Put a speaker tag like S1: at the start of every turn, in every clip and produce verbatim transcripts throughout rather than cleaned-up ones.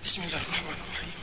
S1: بسم الله الرحمن الرحيم.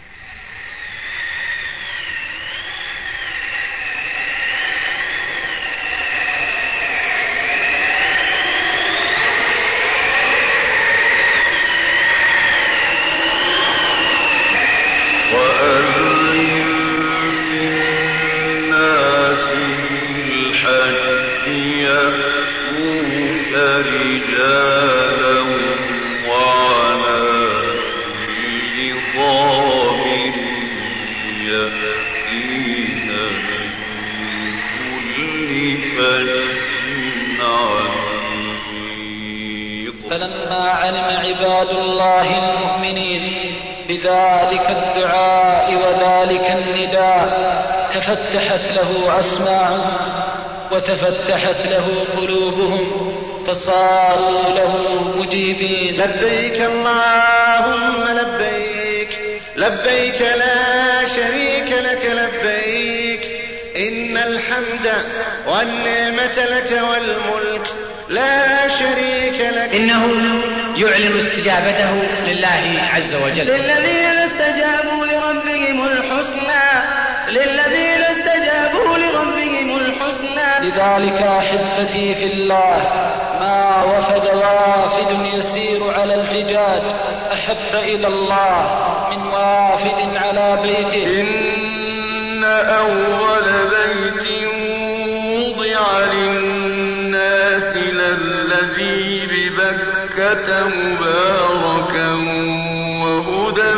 S2: فلما علم عباد الله المؤمنين بذلك الدعاء وذلك النداء تفتحت له أسماعهم وتفتحت له قلوبهم فصاروا له مجيبين.
S3: لبيك اللهم لبيك لبيك لا شريك لك لبيك إن الحمد والنعمة لك والملك لا شريك لك.
S4: إنه يعلن استجابته لله عز وجل.
S3: للذين استجابوا لربهم الحسنى للذين استجابوا لربهم الحسنى.
S2: لذلك أحبتي في الله ما وفد وافد يسير على الفجاج أحب إلى الله من وافد على بيته.
S5: إن أول بيت وضع للناس للذي ببكة مباركا وهدى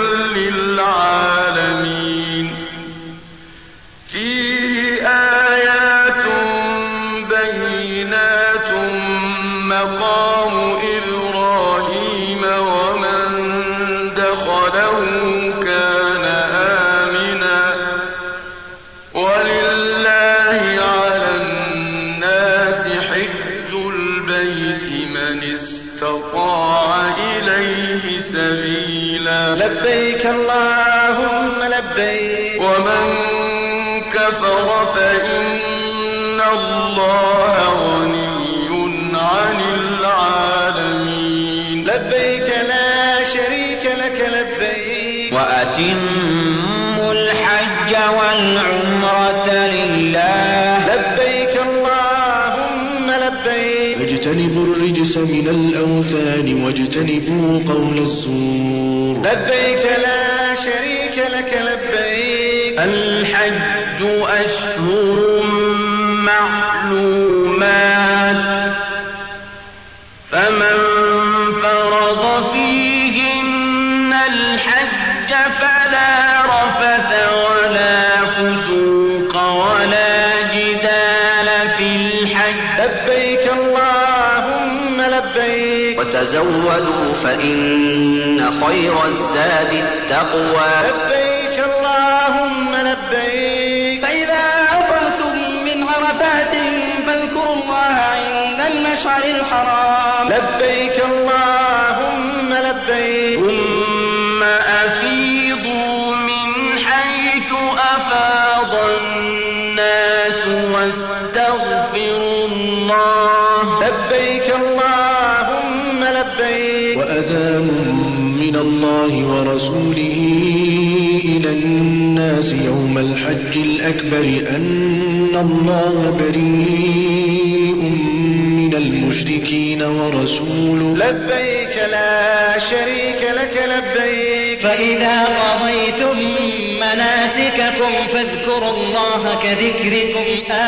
S5: للعالمين فيه آيات بينات مقام إبراهيم ومن دخله كان آمنا ولله على الناس حج البيت من استطاع إليه سبيلا.
S3: لبيك اللهم لبيك
S5: ومن كفر فإن الله غني عن العالمين.
S3: لبيك لا شريك لك لبيك
S4: وأتموا الحج والعمرة لله.
S3: لبيك اللهم لبيك
S1: واجتنبوا الرجس من الأوثان واجتنبوا قول الزور.
S3: لبيك لا شريك لك لبيك.
S5: الحج أشهر معلومات فمن فرض فيهن الحج فلا رفث ولا فسوق ولا جدال في الحج.
S3: لبيك اللهم لبيك
S6: وتزودوا فإن خير الزاد التقوى.
S3: لبيك اللهم لبيك.
S7: فإذا عفرتم من عرفات فاذكروا الله عند المشعر الحرام.
S3: لبيك اللهم لبيك.
S5: ثم أفيضوا من حيث أفاض الناس واستغفروا الله.
S3: لبيك اللهم لبيك.
S1: وأذان من الله ورسوله إلى الناس يوم الحج الأكبر أن الله بريء من المشركين ورسوله.
S3: لبيك لا شريك لك لبيك.
S7: فإذا قضيتم مناسككم فاذكروا الله كذكركم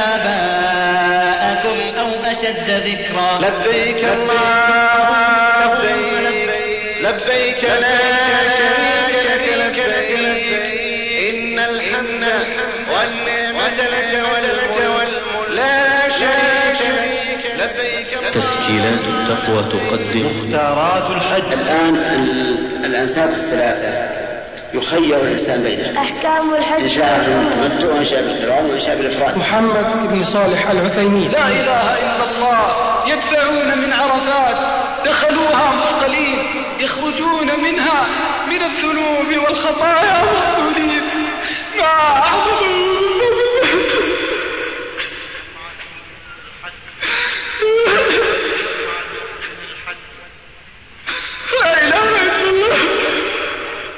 S7: آباءكم أو أشد ذكرا.
S3: لبيك اللهم لبيك لبيك لا شريك لك لبيك إن الحمد والنعمة لك والملك لا شريك لك. لبيك.
S8: تسجيلات التقوى تقدم
S9: مختارات الحج. الآن الأنساب الثلاثة يخير الإنسان بينها.
S10: أحكام الحج
S9: إن شاء بالتمتع وإن شاء بالقران وإن شاء بالإفراد.
S11: محمد بن صالح العثيمين.
S2: لا إله إلا الله. يدفعون من عرفات دخلوها مثقلين يخرجون منها من الذنوب والخطايا مغسولين. ما أعظم لا إله إلا الله.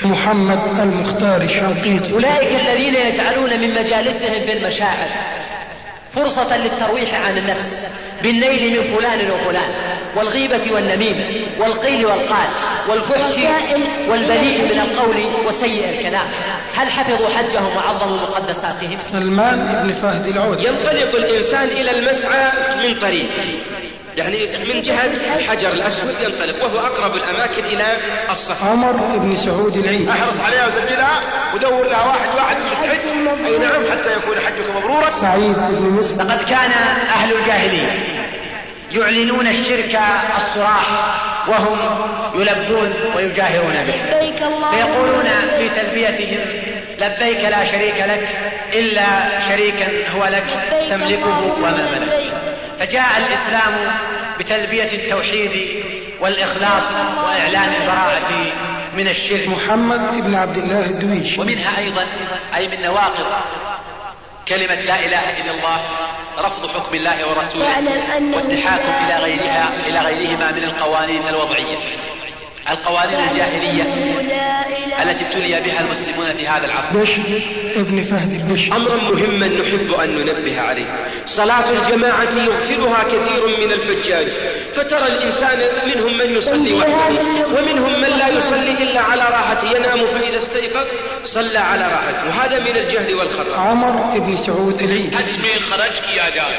S11: محمد المختار الشنقيطي.
S10: أولئك الذين يجعلون من مجالسهم في المشاعر فرصة للترويح عن النفس بالنيل من فلان وفلان، والغيبة والنميمة والقيل والقال والفحش والبذيء من القول وسيء الكلام. هل حفظوا حجهم وعظموا مقدساتهم؟
S11: سلمان بن فهد العود.
S12: ينطلق الإنسان إلى المسعى من طريق، يعني من جهة الحجر الأسود ينطلق، وهو أقرب الأماكن إلى الصفا.
S11: عمر بن سعود العيد.
S3: احرص عليها وسجلها ودور لها واحد واحد بالحج، أي نعم، حتى يكون حجك مبرورا.
S11: سعيد بن مسلم.
S4: لقد كان أهل الجاهلية يعلنون الشرك الصراح وهم يلبون ويجاهرون به، فيقولون في تلبيتهم: لبيك لا شريك لك إلا شريكا هو لك تملكه وما ملك. فجاء الإسلام بتلبية التوحيد والإخلاص وإعلان البراءة من الشرك.
S11: محمد بن عبد الله الدويش.
S13: ومنها أيضا أي من نواقض كلمة لا إله إلا الله رفض حكم الله ورسوله والتحاكم إلى غيرها إلى غيرهما من القوانين الوضعية، القوانين الجاهلية التي ابتلي بها المسلمون في هذا العصر.
S11: بشر ابن فهد البشر.
S12: أمرا مهما نحب أن ننبه عليه: صلاة الجماعة يغفلها كثير من الحجاج، فترى الإنسان منهم من يصلي وحده ومنهم من لا يصلي إلا على راحته، ينام فإذا استيقظ صلى على راحته، وهذا من الجهل والخطأ.
S11: عمر بن سعود العيد.
S14: حج में खर्च किया जाए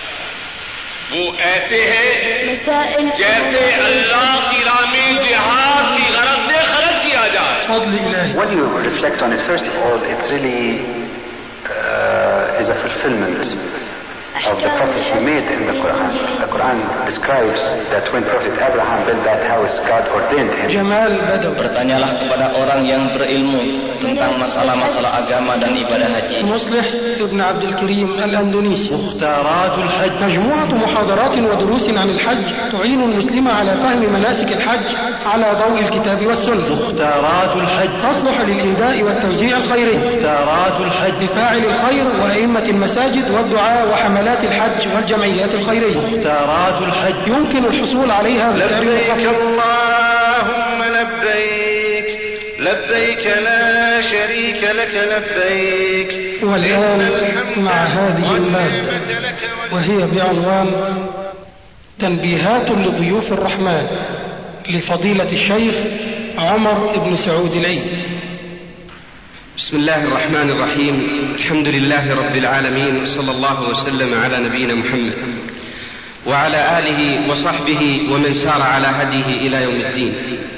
S14: वो ऐसे है जैसे अल्लाह की राह में जिहाद की गरज से खर्च किया जाए.
S11: فضل إلهي.
S15: When you reflect on it, first of all, it really uh, is a fulfillment of the prophecy made in the Quran. The Quran describes that when Prophet Abraham built that house, God ordained him.
S11: Jamal Badawi.
S16: Bertanyalah kepada orang yang berilmu tentang masalah-masalah agama dan ibadah haji.
S11: مصلح ابن عبد الكريم الأندونيسي.
S17: مختارات الحج.
S11: مجموعة محاضرات ودروس عن الحج تعين المسلم على فهم مناسك الحج على ضوء الكتاب والسنة.
S17: مختارات الحج
S11: تصلح للإهداء والتوزيع الخيري.
S17: مختارات الحج
S11: لفاعل الخير وأئمة المساجد والدعاء وحملات الحج والجمعيات الخيرية.
S17: مختارات الحج
S11: يمكن الحصول عليها.
S3: لبيك اللهم لبيك لبيك لا شريك لك لبيك.
S11: والآن مع هذه المادة وهي بعنوان تنبيهات لضيوف الرحمن لفضيلة الشيخ عمر بن سعود العيد.
S12: بسم الله الرحمن الرحيم. الحمد لله رب العالمين، وصلى الله وسلم على نبينا محمد وعلى آله وصحبه ومن سار على هديه إلى يوم الدين.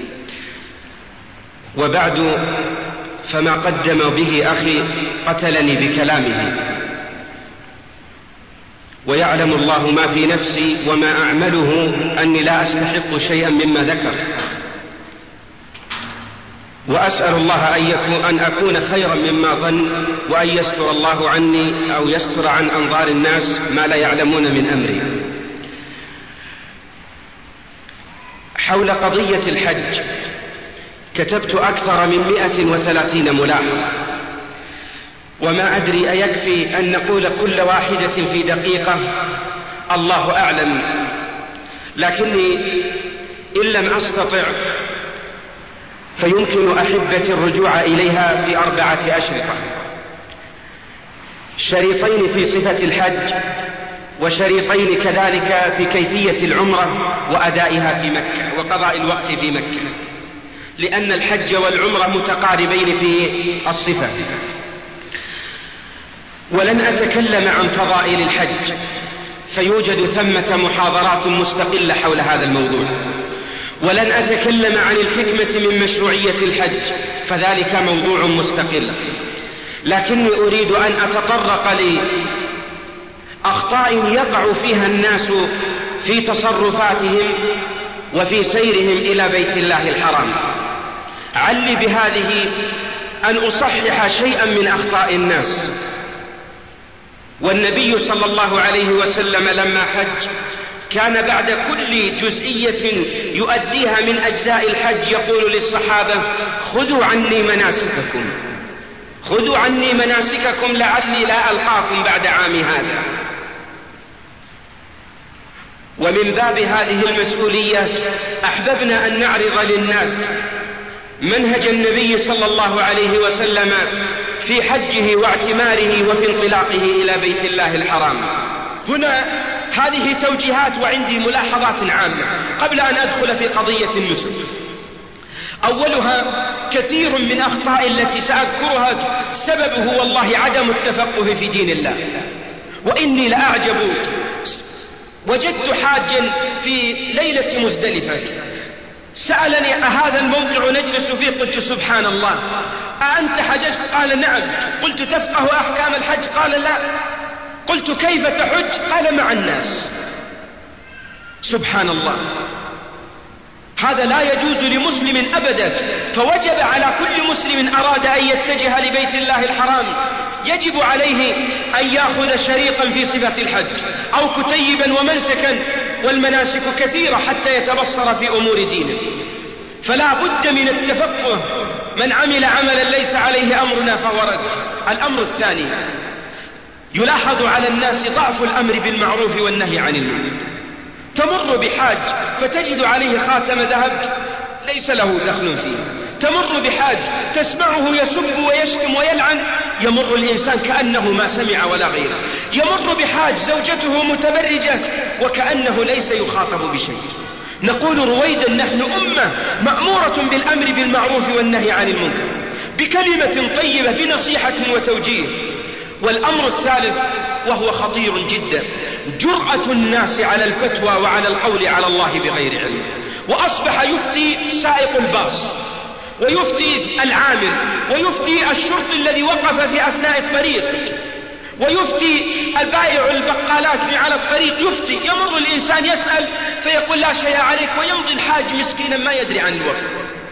S12: وبعد، فما قدم به أخي قتلني بكلامه، ويعلم الله ما في نفسي وما أعمله أني لا أستحق شيئا مما ذكر، وأسأل الله أن, يكون أن أكون خيرا مما ظن، وأن يستر الله عني أو يستر عن أنظار الناس ما لا يعلمون من أمري. حول قضية الحج كتبت أكثر من مئة وثلاثين ملاحظة، وما أدري أيكفي أن نقول كل واحدة في دقيقة الله أعلم، لكني إن لم أستطع فيمكن أحبتي الرجوع إليها في أربعة أشرطة: شريطين في صفة الحج، وشريطين كذلك في كيفية العمرة وأدائها في مكة وقضاء الوقت في مكة، لأن الحج والعمرة متقاربين في الصفة. ولن أتكلم عن فضائل الحج، فيوجد ثمة محاضرات مستقلة حول هذا الموضوع. ولن أتكلم عن الحكمة من مشروعية الحج، فذلك موضوع مستقل. لكني أريد أن أتطرق لأخطاء يقع فيها الناس في تصرفاتهم وفي سيرهم إلى بيت الله الحرام. علي بهذه أن أصحح شيئا من أخطاء الناس. والنبي صلى الله عليه وسلم لما حج كان بعد كل جزئية يؤديها من أجزاء الحج يقول للصحابة: خذوا عني مناسككم، خذوا عني مناسككم لعلي لا ألقاكم بعد عامي هذا. ومن باب هذه المسؤوليات أحببنا أن نعرض للناس منهج النبي صلى الله عليه وسلم في حجه واعتماره وفي انطلاقه إلى بيت الله الحرام. هنا هذه توجيهات وعندي ملاحظات عامة قبل أن أدخل في قضية النسك. أولها كثير من أخطاء التي سأذكرها سببه والله عدم التفقه في دين الله. وإني لأعجب، وجدت حاجا في ليلة مزدلفة سألني أهذا الموضع نجلس فيه؟ قلت سبحان الله، أأنت حججت؟ قال نعم. قلت تفقه أحكام الحج؟ قال لا. قلت كيف تحج؟ قال مع الناس. سبحان الله، هذا لا يجوز لمسلم أبدا. فوجب على كل مسلم أراد أن يتجه لبيت الله الحرام يجب عليه أن يأخذ شريطا في صفة الحج أو كتيبا ومنسكا، والمناسك كثيرة حتى يتبصر في أمور دينه. فلا بد من التفقه. من عمل عملا ليس عليه أمرنا فهو رد. الأمر الثاني، يلاحظ على الناس ضعف الأمر بالمعروف والنهي عن المنكر. تمر بحاج فتجد عليه خاتم ذهب ليس له دخل فيه. تمر بحاج تسمعه يسب ويشتم ويلعن، يمر الإنسان كأنه ما سمع ولا غيره. يمر بحاج زوجته متبرجة وكأنه ليس يخاطب بشيء. نقول رويدا نحن أمة مأمورة بالأمر بالمعروف والنهي عن المنكر بكلمة طيبة بنصيحة وتوجيه. والأمر الثالث وهو خطير جدا، جرأة الناس على الفتوى وعلى القول على الله بغير علم. وأصبح يفتي سائق الباص، ويفتي العامل، ويفتي الشرطي الذي وقف في أثناء الطريق، ويفتي البائع البقالات على الطريق. يفتي، يمر الإنسان يسأل فيقول لا شيء عليك، ويمضي الحاج مسكينا ما يدري عن الوقت.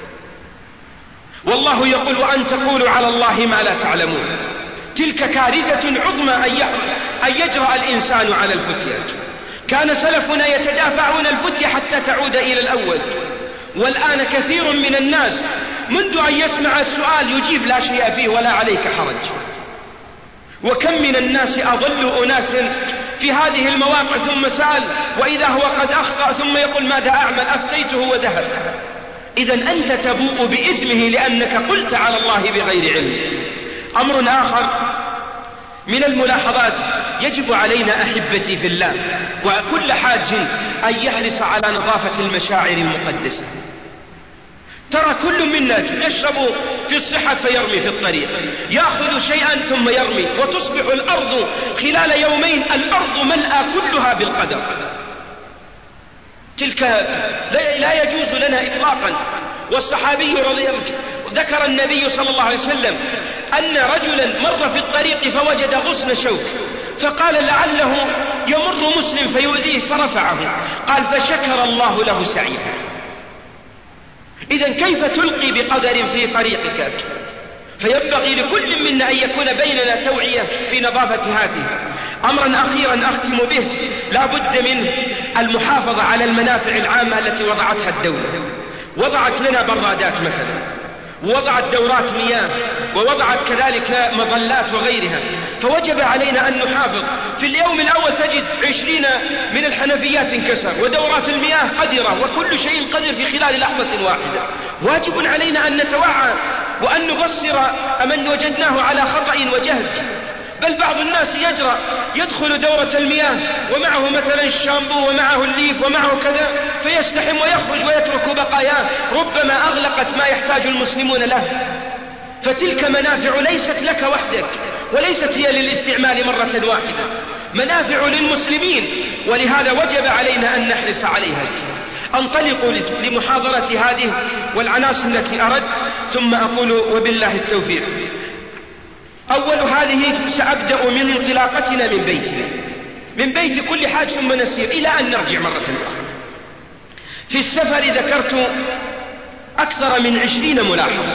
S12: والله يقول وأن تقولوا على الله ما لا تعلمون. تلك كارثة عظمى أن يجرأ الإنسان على الفتية. كان سلفنا يتدافعون الفتية حتى تعود إلى الأول، والآن كثير من الناس منذ أن يسمع السؤال يجيب لا شيء فيه ولا عليك حرج. وكم من الناس أضل أناس في هذه المواقع ثم سأل وإذا هو قد أخطأ ثم يقول ماذا أعمل؟ أفتيته وذهب. إذن أنت تبوء بإثمه لأنك قلت على الله بغير علم. أمر آخر من الملاحظات، يجب علينا أحبتي في الله وكل حاج أن يحرص على نظافة المشاعر المقدسة. ترى كل منا يشرب في الصحة فيرمي في الطريق، يأخذ شيئا ثم يرمي، وتصبح الأرض خلال يومين الأرض ملأى كلها بالقدر. تلك لا يجوز لنا إطلاقا. والصحابي رضي الله ذكر النبي صلى الله عليه وسلم أن رجلا مر في الطريق فوجد غصن شوك، فقال لعله يمر مسلم فيؤذيه، فرفعه. قال فشكر الله له سعيه. إذن كيف تلقي بقدر في طريقك؟ فينبغي لكل منا أن يكون بيننا توعية في نظافة هذه. أمرا أخيرا أختم به، لا بد من المحافظة على المنافع العامة التي وضعتها الدولة. وضعت لنا برادات مثلا، ووضعت دورات مياه، ووضعت كذلك مظلات وغيرها. فوجب علينا أن نحافظ. في اليوم الأول تجد عشرين من الحنفيات انكسر، ودورات المياه قدرة، وكل شيء قدر في خلال لحظة واحدة. واجب علينا أن نتوعى وأن نبصر من وجدناه على خطأ وجهل. بل بعض الناس يجرأ يدخل دورة المياه ومعه مثلا الشامبو ومعه الليف ومعه كذا، فيستحم ويخرج ويترك بقاياه، ربما أغلقت ما يحتاج المسلمون له. فتلك منافع ليست لك وحدك، وليست هي للاستعمال مرة واحدة، منافع للمسلمين. ولهذا وجب علينا أن نحرص عليها. أنطلق لمحاضرة هذه والعناصر التي أردت، ثم أقول وبالله التوفيق. أول هذه سأبدأ من انطلاقتنا من بيتنا، من بيت كل حاج، ثم نسير إلى أن نرجع مرة أخرى. في السفر ذكرت أكثر من عشرين ملاحظة.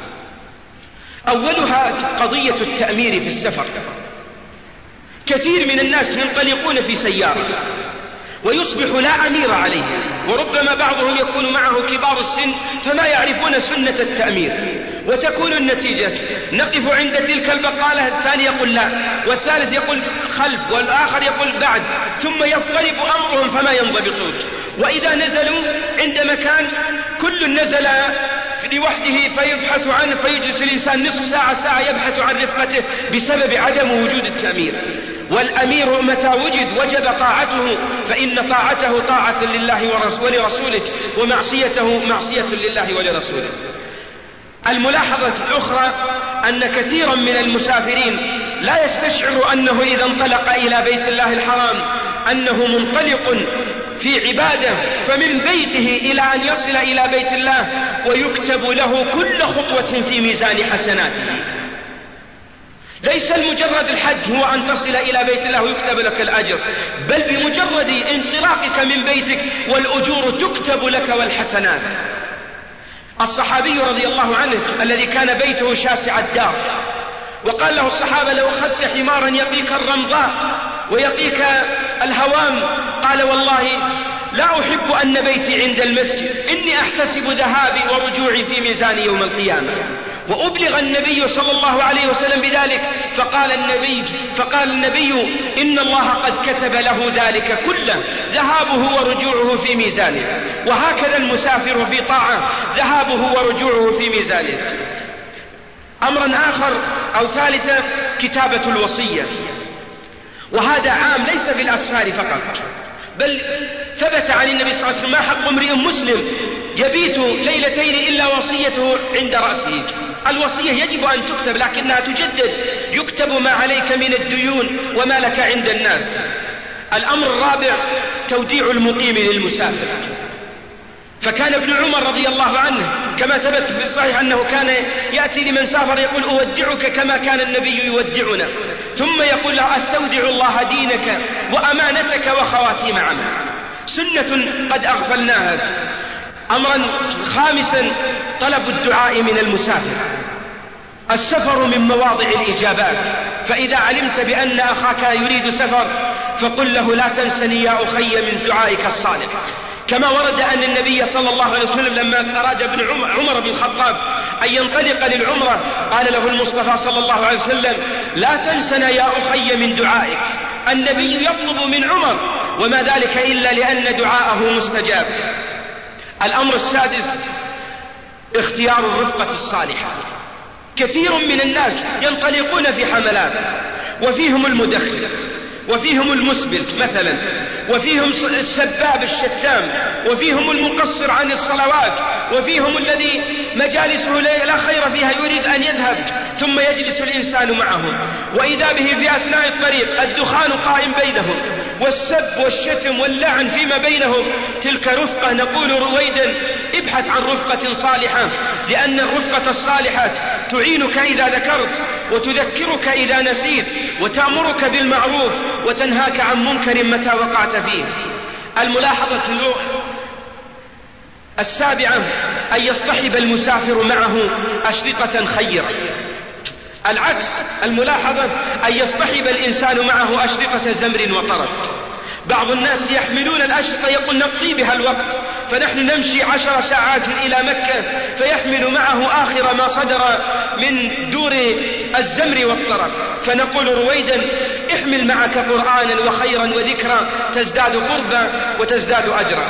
S12: أولها قضية التأمير في السفر. كثير من الناس ينطلقون في سيارة ويصبح لا أمير عليه، وربما بعضهم يكون معه كبار السن فما يعرفون سنة التأمير، وتكون النتيجة نقف عند تلك البقالة، الثاني يقول لا، والثالث يقول خلف، والآخر يقول بعد، ثم يضطرب أمرهم فما ينضبطون. وإذا نزلوا عند مكان كل نزل لوحده فيبحث عنه، فيجلس الإنسان نصف ساعة ساعة يبحث عن رفقته بسبب عدم وجود التأمير. والأمير متى وجد وجب طاعته، فإن طاعته طاعة لله ولرسوله، ومعصيته معصية لله ولرسوله. الملاحظة الأخرى أن كثيرا من المسافرين لا يستشعر أنه إذا انطلق إلى بيت الله الحرام أنه منطلق في عبادة، فمن بيته إلى أن يصل إلى بيت الله ويكتب له كل خطوة في ميزان حسناته. ليس المجرد الحج هو أن تصل إلى بيت الله ويكتب لك الأجر، بل بمجرد انطلاقك من بيتك والأجور تكتب لك والحسنات. الصحابي رضي الله عنه الذي كان بيته شاسع الدار، وقال له الصحابة: لو أخذت حمارا يقيك الرمضاء ويقيك الهوام، قال: والله لا أحب أن بيتي عند المسجد، إني أحتسب ذهابي ورجوعي في ميزان يوم القيامة. وأبلغ النبي صلى الله عليه وسلم بذلك، فقال النبي فقال النبي إن الله قد كتب له ذلك كله، ذهابه ورجوعه في ميزانه. وهكذا المسافر في طاعة ذهابه ورجوعه في ميزانه. أمرا آخر أو ثالثا كتابة الوصية، وهذا عام ليس في الأسفار فقط، بل ثبت عن النبي صلى الله عليه وسلم: ما حق امرئ مسلم يبيت ليلتين إلا وصيته عند رأسه. الوصية يجب أن تكتب، لكنها تجدد، يكتب ما عليك من الديون وما لك عند الناس. الأمر الرابع توديع المقيم للمسافر، فكان ابن عمر رضي الله عنه كما ثبت في الصحيح أنه كان يأتي لمن سافر يقول: أودعك كما كان النبي يودعنا، ثم يقول له: أستودع الله دينك وأمانتك وخواتيم عملك. سنة قد أغفلناها. أمرا خامسا طلب الدعاء من المسافر. السفر من مواضع الإجابات، فإذا علمت بأن أخاك يريد سفر فقل له: لا تنسني يا أخي من دعائك الصالح. كما ورد أن النبي صلى الله عليه وسلم لما أراد ابن عمر, عمر بن الخطاب أن ينطلق للعمرة قال له المصطفى صلى الله عليه وسلم: لا تنسنا يا أخي من دعائك. النبي يطلب من عمر، وما ذلك إلا لأن دعاءه مستجاب. الأمر السادس اختيار الرفقة الصالحة. كثير من الناس ينطلقون في حملات، وفيهم المدخن، وفيهم المسبل مثلا، وفيهم السباب الشتام، وفيهم المقصر عن الصلوات، وفيهم الذي مجالسه لا خير فيها يريد أن يذهب، ثم يجلس الإنسان معهم، وإذا به في أثناء الطريق الدخان قائم بينهم، والسب والشتم واللعن فيما بينهم. تلك رفقة. نقول رويدا: ابحث عن رفقة صالحة، لأن الرفقة الصالحة تعينك إذا ذكرت، وتذكرك إذا نسيت، وتأمرك بالمعروف وتنهاك عن منكر متى وقعت فيه. الملاحظة السابعة أن يصطحب المسافر معه أشرطة خيرة. العكس، الملاحظة أن يصطحب الإنسان معه أشرطة زمر وطرب. بعض الناس يحملون الأشرطة يقول: نقضي بها الوقت، فنحن نمشي عشر ساعات إلى مكة، فيحمل معه آخر ما صدر من دور الزمر والطرب. فنقول رويدا: احمل معك قرآنا وخيرا وذكرا، تزداد قربا وتزداد أجرا.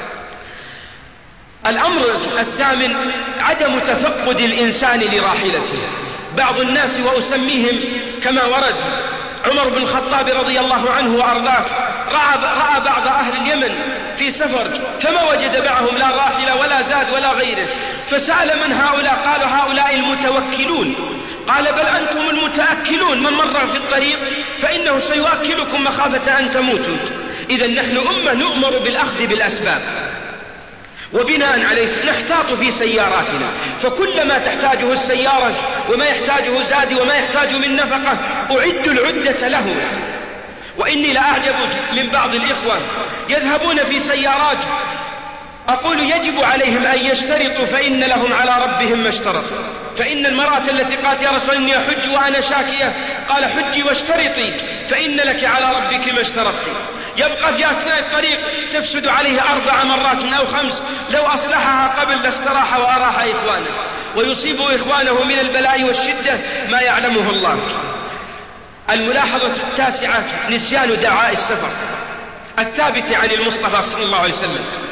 S12: الأمر الثامن عدم تفقد الإنسان لراحلته. بعض الناس، وأسميهم كما ورد، عمر بن الخطاب رضي الله عنه وأرضاه رأى, رأى بعض أهل اليمن في سفر فما وجد معهم لا راحلة ولا زاد ولا غيره، فسأل: من هؤلاء؟ قالوا: هؤلاء المتوكلون. قال: بل أنتم المتأكلون، من مر في الطريق فإنه سيؤكلكم مخافة أن تموتوا. إذا نحن أمة نؤمر بالأخذ بالأسباب، وبناء عليه نحتاط في سياراتنا، فكل ما تحتاجه السيارة وما يحتاجه زاد وما يحتاج من نفقة أعد العدة له. وإني لأعجب من بعض الإخوة يذهبون في سيارات، أقول: يجب عليهم أن يشترطوا، فإن لهم على ربهم ما اشترطوا. فإن المرأة التي قالت: يا رسول إني أحج وأنا شاكية، قال: حجي واشترطي، فإن لك على ربك ما اشترطت. يبقى في أثناء الطريق تفسد عليه أربع مرات أو خمس، لو أصلحها قبل لاستراح وأراح إخوانه، ويصيب إخوانه من البلاء والشدة ما يعلمه الله. الملاحظة التاسعة نسيان دعاء السفر الثابت عن المصطفى صلى الله عليه وسلم،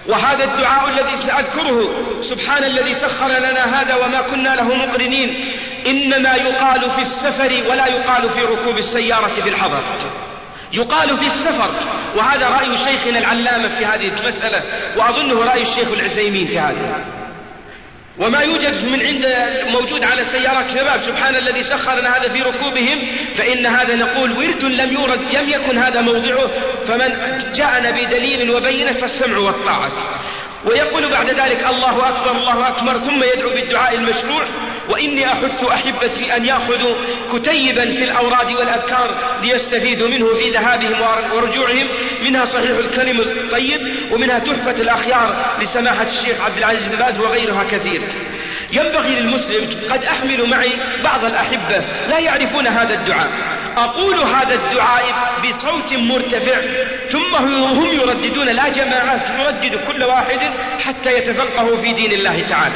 S12: وهذا الدعاء الذي سأذكره سبحان الذي سخر لنا هذا وما كنا له مقرنين إنما يقال في السفر ولا يقال في ركوب السيارة في الحضر، يقال في السفر، وهذا رأي شيخنا العلامة في هذه المسألة، وأظنه رأي الشيخ العثيمين في هذا. وما يوجد من عند موجود على سيارات شباب سبحان الذي سخر لنا هذا في ركوبهم، فإن هذا نقول ورد لم يورد، لم يكن هذا موضعه، فمن جاءنا بدليل وبينه فالسمع والطاعة. ويقول بعد ذلك الله أكبر الله أكبر، ثم يدعو بالدعاء المشروع. وإني أحث أحبتي أن يأخذوا كتيبا في الأوراد والأذكار ليستفيدوا منه في ذهابهم ورجوعهم، منها صحيح الكلم الطيب، ومنها تحفة الأخيار لسماحة الشيخ عبد العزيز بن باز، وغيرها كثير. ينبغي للمسلم، قد أحمل معي بعض الأحبة لا يعرفون هذا الدعاء، أقول هذا الدعاء بصوت مرتفع ثم هم يرددون، لا جماعات، يردد كل واحد حتى يتفقهوا في دين الله تعالى.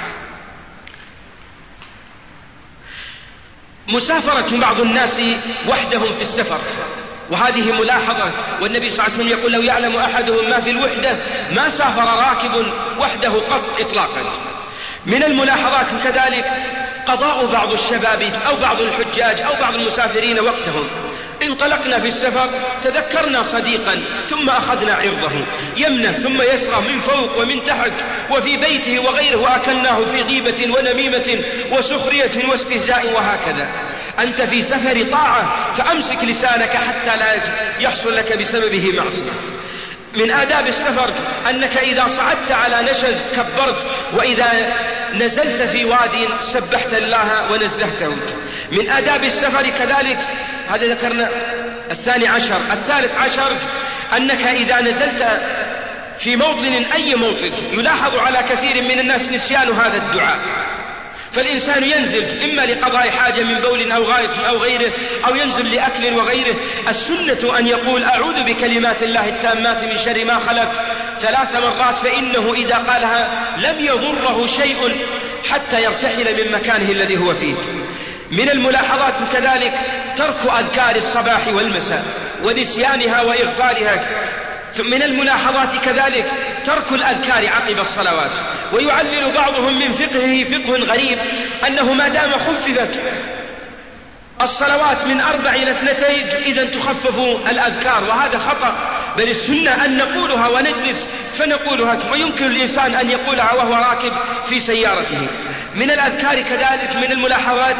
S12: مسافرة بعض الناس وحدهم في السفر، وهذه ملاحظة، والنبي صلى الله عليه وسلم يقول لو يعلم أحدهم ما في الوحدة ما سافر راكب وحده قط إطلاقا. من الملاحظات كذلك قضاء بعض الشباب أو بعض الحجاج أو بعض المسافرين وقتهم. انطلقنا في السفر تذكرنا صديقا ثم أخذنا عرضه، يمنه ثم يسرى من فوق ومن تحت وفي بيته وغيره، وأكلناه في غيبة ونميمة وسخرية واستهزاء وهكذا. أنت في سفر طاعة فأمسك لسانك حتى لا يحصل لك بسببه معصية. من آداب السفر أنك إذا صعدت على نشز كبرت، وإذا نزلت في واد سبحت الله ونزهته. من آداب السفر كذلك، هذا ذكرنا الثاني عشر. الثالث عشر أنك إذا نزلت في موطن أي موطن، يلاحظ على كثير من الناس نسيان هذا الدعاء، فالإنسان ينزل إما لقضاء حاجة من بول أو غائط أو غيره، أو ينزل لأكل وغيره. السنة أن يقول أعوذ بكلمات الله التامات من شر ما خلق ثلاث مرات، فإنه إذا قالها لم يضره شيء حتى يرتحل من مكانه الذي هو فيه. من الملاحظات كذلك ترك أذكار الصباح والمساء ونسيانها وإغفالها. من الملاحظات كذلك ترك الأذكار عقب الصلوات. ويعلل بعضهم من فقهه فقه غريب أنه ما دام خففت الصلوات من أربع إلى اثنتين إذا تخفف الأذكار، وهذا خطأ، بل السنة أن نقولها ونجلس فنقولها، ويمكن الإنسان أن يقولها وهو راكب في سيارته. من الأذكار كذلك من الملاحظات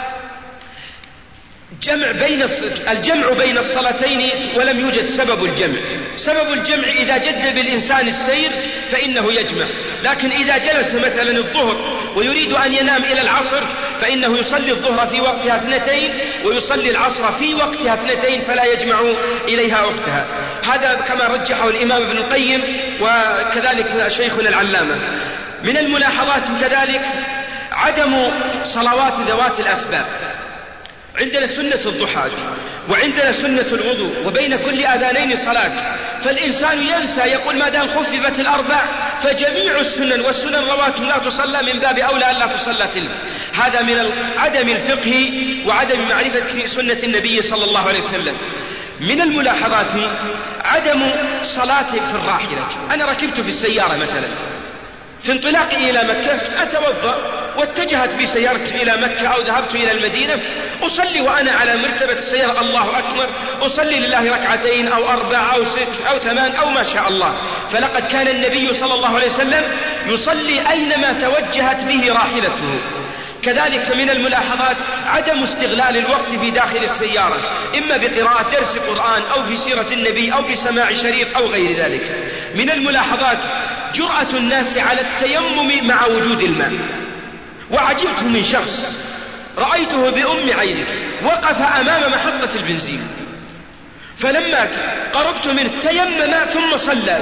S12: جمع بين الجمع بين الصلاتين ولم يوجد سبب الجمع. سبب الجمع إذا جد بالإنسان السير فإنه يجمع، لكن إذا جلس مثلا الظهر ويريد أن ينام إلى العصر فإنه يصلي الظهر في وقتها اثنتين ويصلي العصر في وقتها اثنتين، فلا يجمع إليها أختها. هذا كما رجحه الإمام ابن القيم وكذلك شيخنا العلامة. من الملاحظات كذلك عدم صلوات ذوات الأسباب. عندنا سنة الضحى وعندنا سنة الوضوء، وبين كل أذانين صلاة، فالإنسان ينسى يقول ما دام خففت الأربع فجميع السنن والسنن رواتب لا تصلى، من باب أولى ألا تصلى تلك. هذا من عدم الفقه وعدم معرفة سنة النبي صلى الله عليه وسلم. من الملاحظات عدم صلاة في الراحلة. أنا ركبت في السيارة مثلا في انطلاقي إلى مكة أتوضأ واتجهت بي سيارتي إلى مكة أو ذهبت إلى المدينة، أصلي وأنا على مرتبة السيارة الله أكبر، أصلي لله ركعتين أو أربع أو ست أو ثمان أو ما شاء الله. فلقد كان النبي صلى الله عليه وسلم يصلي أينما توجهت به راحلته. كذلك من الملاحظات عدم استغلال الوقت في داخل السيارة، إما بقراءة درس قرآن أو في سيرة النبي أو بسماع شريط أو غير ذلك. من الملاحظات جرأة الناس على التيمم مع وجود الماء. وعجبت من شخص رأيته بأم عينه وقف أمام محطة البنزين، فلما قربت منه تيمم ثم صلى،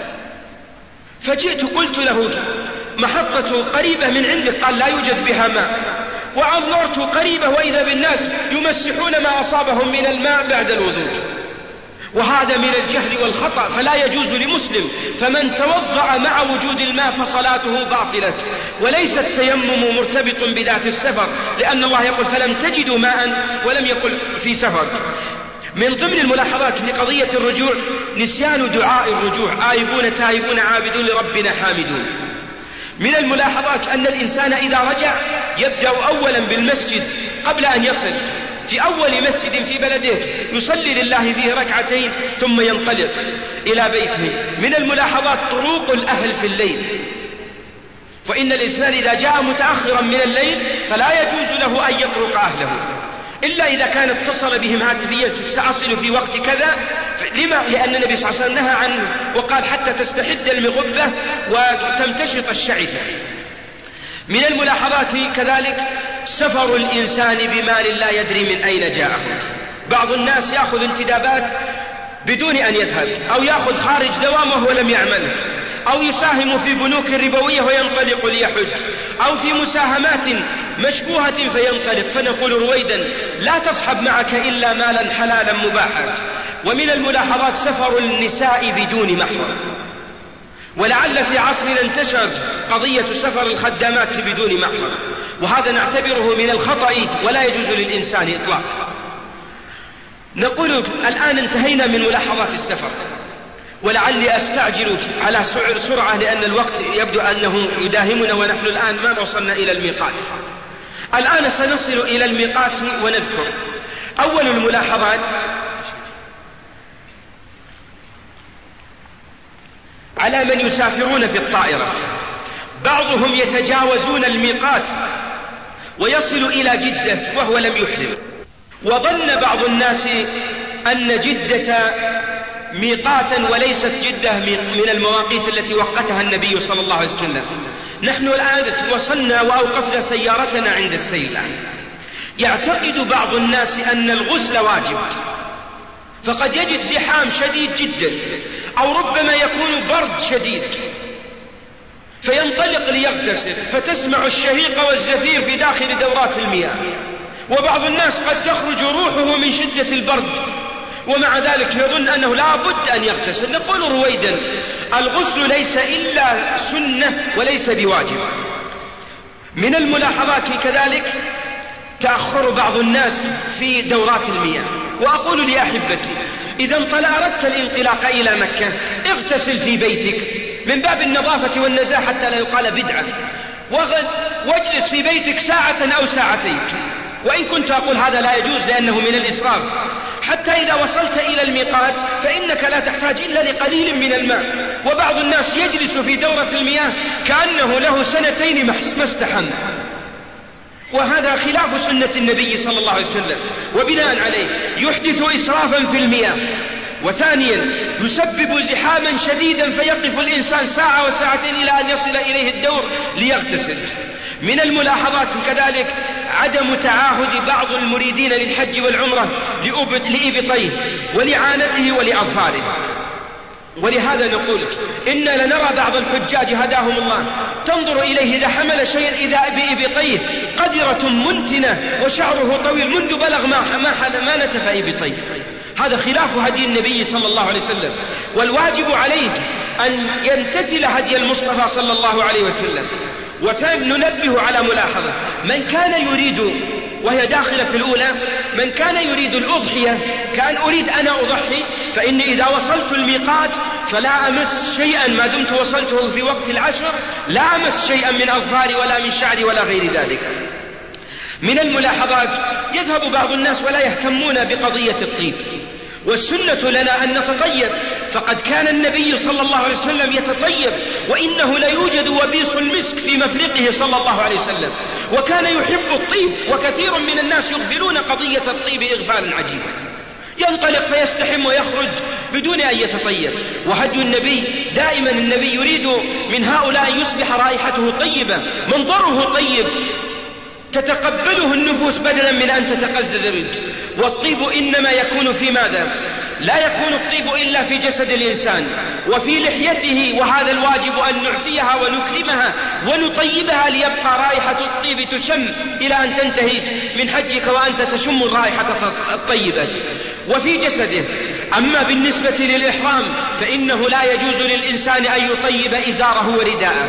S12: فجئت قلت له محطة قريبة من عندك؟ قال لا يوجد بها ماء. وعذرت قريبة وإذا بالناس يمسحون ما أصابهم من الماء بعد الوضوء، وهذا من الجهل والخطأ، فلا يجوز لمسلم. فمن توضأ مع وجود الماء فصلاته باطلة. وليس التيمم مرتبط بذات السفر، لأن الله يقول فلم تجدوا ماء ولم يقل في سفر. من ضمن الملاحظات لقضية الرجوع نسيان دعاء الرجوع، آيبون تائبون عابدون لربنا حامدون. من الملاحظات أن الإنسان إذا رجع يبدأ أولا بالمسجد قبل أن يصل، في أول مسجد في بلده يصلي لله فيه ركعتين ثم ينطلق إلى بيته. من الملاحظات طروق الأهل في الليل، فإن الإنسان إذا جاء متأخرا من الليل فلا يجوز له أن يطرق أهله إلا إذا كان اتصل بهم هاتفيا سأصل في وقت كذا. لما؟ لأن النبي صلى الله عليه وسلم نهى عنه وقال حتى تستحد المغبة وتمتشط الشعثة. من الملاحظات كذلك سفر الإنسان بمال لا يدري من أين جاءه. بعض الناس يأخذ انتدابات بدون أن يذهب، أو يأخذ خارج دوامه ولم يعمله، أو يساهم في بنوك ربوية وينطلق ليحج، أو في مساهمات مشبوهة فينطلق. فنقول رويدا لا تصحب معك إلا مالا حلالا مباحا. ومن الملاحظات سفر النساء بدون محرم، ولعل في عصرنا انتشر قضية سفر الخدامات بدون محرم، وهذا نعتبره من الخطأ ولا يجوز للإنسان إطلاقا. نقول الآن انتهينا من ملاحظات السفر، ولعلي أستعجل على سرعة لأن الوقت يبدو أنه يداهمنا ونحن الآن ما وصلنا إلى الميقات. الآن سنصل إلى الميقات ونذكر أول الملاحظات على من يسافرون في الطائرة. بعضهم يتجاوزون الميقات ويصل إلى جدة وهو لم يحرم، وظن بعض الناس أن جدة ميقاتا وليست جدة من المواقيت التي وقتها النبي صلى الله عليه وسلم. نحن الآن وصلنا وأوقفنا سيارتنا عند السيلان. يعتقد بعض الناس أن الغسل واجب، فقد يجد زحام شديد جدا أو ربما يكون برد شديد فينطلق ليغتسل، فتسمع الشهيق والزفير في داخل دورات المياه. وبعض الناس قد تخرج روحه من شدة البرد ومع ذلك يظن أنه لا بد أن يغتسل. نقول رويدا الغسل ليس إلا سنة وليس بواجب. من الملاحظات كذلك تأخر بعض الناس في دورات المياه. وأقول لأحبتي إذا أردت الانطلاق إلى مكة اغتسل في بيتك من باب النظافة والنزاهة حتى لا يقال بدعة، واجلس في بيتك ساعة أو ساعتين. وإن كنت أقول هذا لا يجوز لأنه من الإسراف، حتى إذا وصلت إلى الميقات فإنك لا تحتاج إلا لقليل من الماء. وبعض الناس يجلس في دورة المياه كأنه له سنتين ما استحم، وهذا خلاف سنة النبي صلى الله عليه وسلم، وبناء عليه يحدث إسرافا في المياه. وثانيا يسبب زحاما شديدا فيقف الإنسان ساعة وساعتين إلى أن يصل إليه الدور ليغتسل. من الملاحظات كذلك عدم تعاهد بعض المريدين للحج والعمرة لإبطيه ولعانته ولأظفاره. ولهذا نقول إنا لنرى بعض الحجاج هداهم الله تنظر إليه إذا حمل شيئا إذا بإبطيه قدرة منتنة وشعره طويل منذ بلغ ما, ما, ما نتف إبطيه. هذا خلاف هدي النبي صلى الله عليه وسلم، والواجب عليه أن يمتثل هدي المصطفى صلى الله عليه وسلم. وثاني ننبه على ملاحظة، من كان يريد وهي داخلة في الأولى، من كان يريد الأضحية كان أريد أنا أضحي، فإني إذا وصلت الميقات فلا أمس شيئا ما دمت وصلته في وقت العشر، لا أمس شيئا من أظفاري ولا من شعري ولا غير ذلك. من الملاحظات يذهب بعض الناس ولا يهتمون بقضية الطيب، والسنة لنا أن نتطيب، فقد كان النبي صلى الله عليه وسلم يتطيب، وإنه لا يوجد وبيص المسك في مفرقه صلى الله عليه وسلم، وكان يحب الطيب. وكثير من الناس يغفلون قضية الطيب إغفالا عجيبا، ينطلق فيستحم ويخرج بدون أن يتطيب. وهدي النبي دائما النبي يريد من هؤلاء أن يصبح رائحته طيبة، منظره طيب تتقبله النفوس بدلا من أن تتقزز منه. والطيب إنما يكون في ماذا؟ لا يكون الطيب إلا في جسد الإنسان وفي لحيته، وهذا الواجب أن نعفيها ونكرمها ونطيبها ليبقى رائحة الطيب تشم إلى أن تنتهي من حجك وأنت تشم الرائحة الطيبة وفي جسده. أما بالنسبة للإحرام فإنه لا يجوز للإنسان أن يطيب إزاره ورداءه،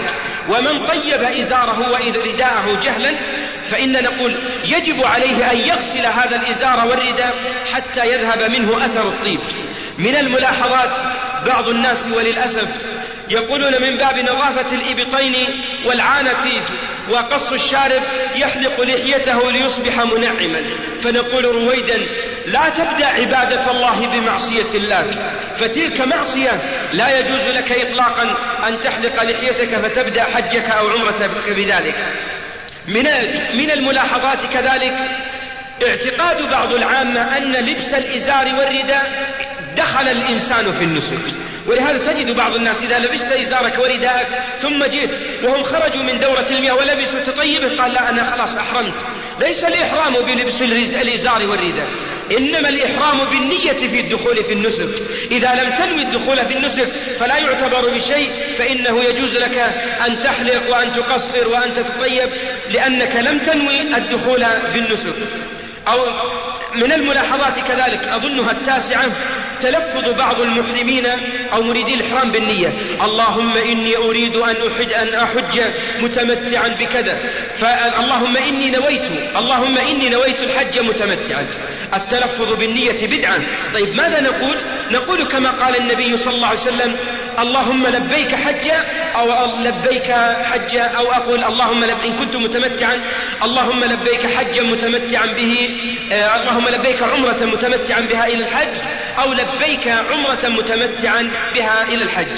S12: ومن طيب إزاره ورداءه جهلا فإن نقول يجب عليه أن يغسل هذا الإزار والرداء حتى يذهب منه أثر الطيب. من الملاحظات بعض الناس وللأسف يقولون من باب نظافة الإبطين والعانة وقص الشارب يحلق لحيته ليصبح منعما، فنقول رويدا لا تبدأ عبادة الله بمعصية الله، فتلك معصية لا يجوز لك إطلاقا أن تحلق لحيتك فتبدأ حجك أو عمرتك بذلك. من من الملاحظات كذلك اعتقاد بعض العامة أن لبس الإزار والرداء دخل الإنسان في النسك، ولهذا تجد بعض الناس إذا لبست إزارك ورداءك ثم جئت وهم خرجوا من دورة المياه ولبسوا تطيبه قال لا أنا خلاص أحرمت. ليس الإحرام بلبس الإزار والرداء، إنما الإحرام بالنية في الدخول في النسك. إذا لم تنوي الدخول في النسك فلا يعتبر بشيء، فإنه يجوز لك أن تحلق وأن تقصر وأن تتطيب لأنك لم تنوي الدخول بالنسك. أو من الملاحظات كذلك أظنها التاسعة تلفظ بعض المحرمين أو مريدي الإحرام بالنية، اللهم إني أريد أن أحج, أن أحج متمتعا بكذا، فاللهم إني نويت اللهم إني نويت الحج متمتعا. التلفظ بالنية بدعة. طيب ماذا نقول؟ نقول كما قال النبي صلى الله عليه وسلم اللهم لبيك حجا أو لبيك حجا، أو أقول اللهم لب إن كنت متمتعا اللهم لبيك حجا متمتعا به، آه اللهم لبيك عمرة متمتعا بها إلى الحج، أو لبيك عمرة متمتعا بها إلى الحج.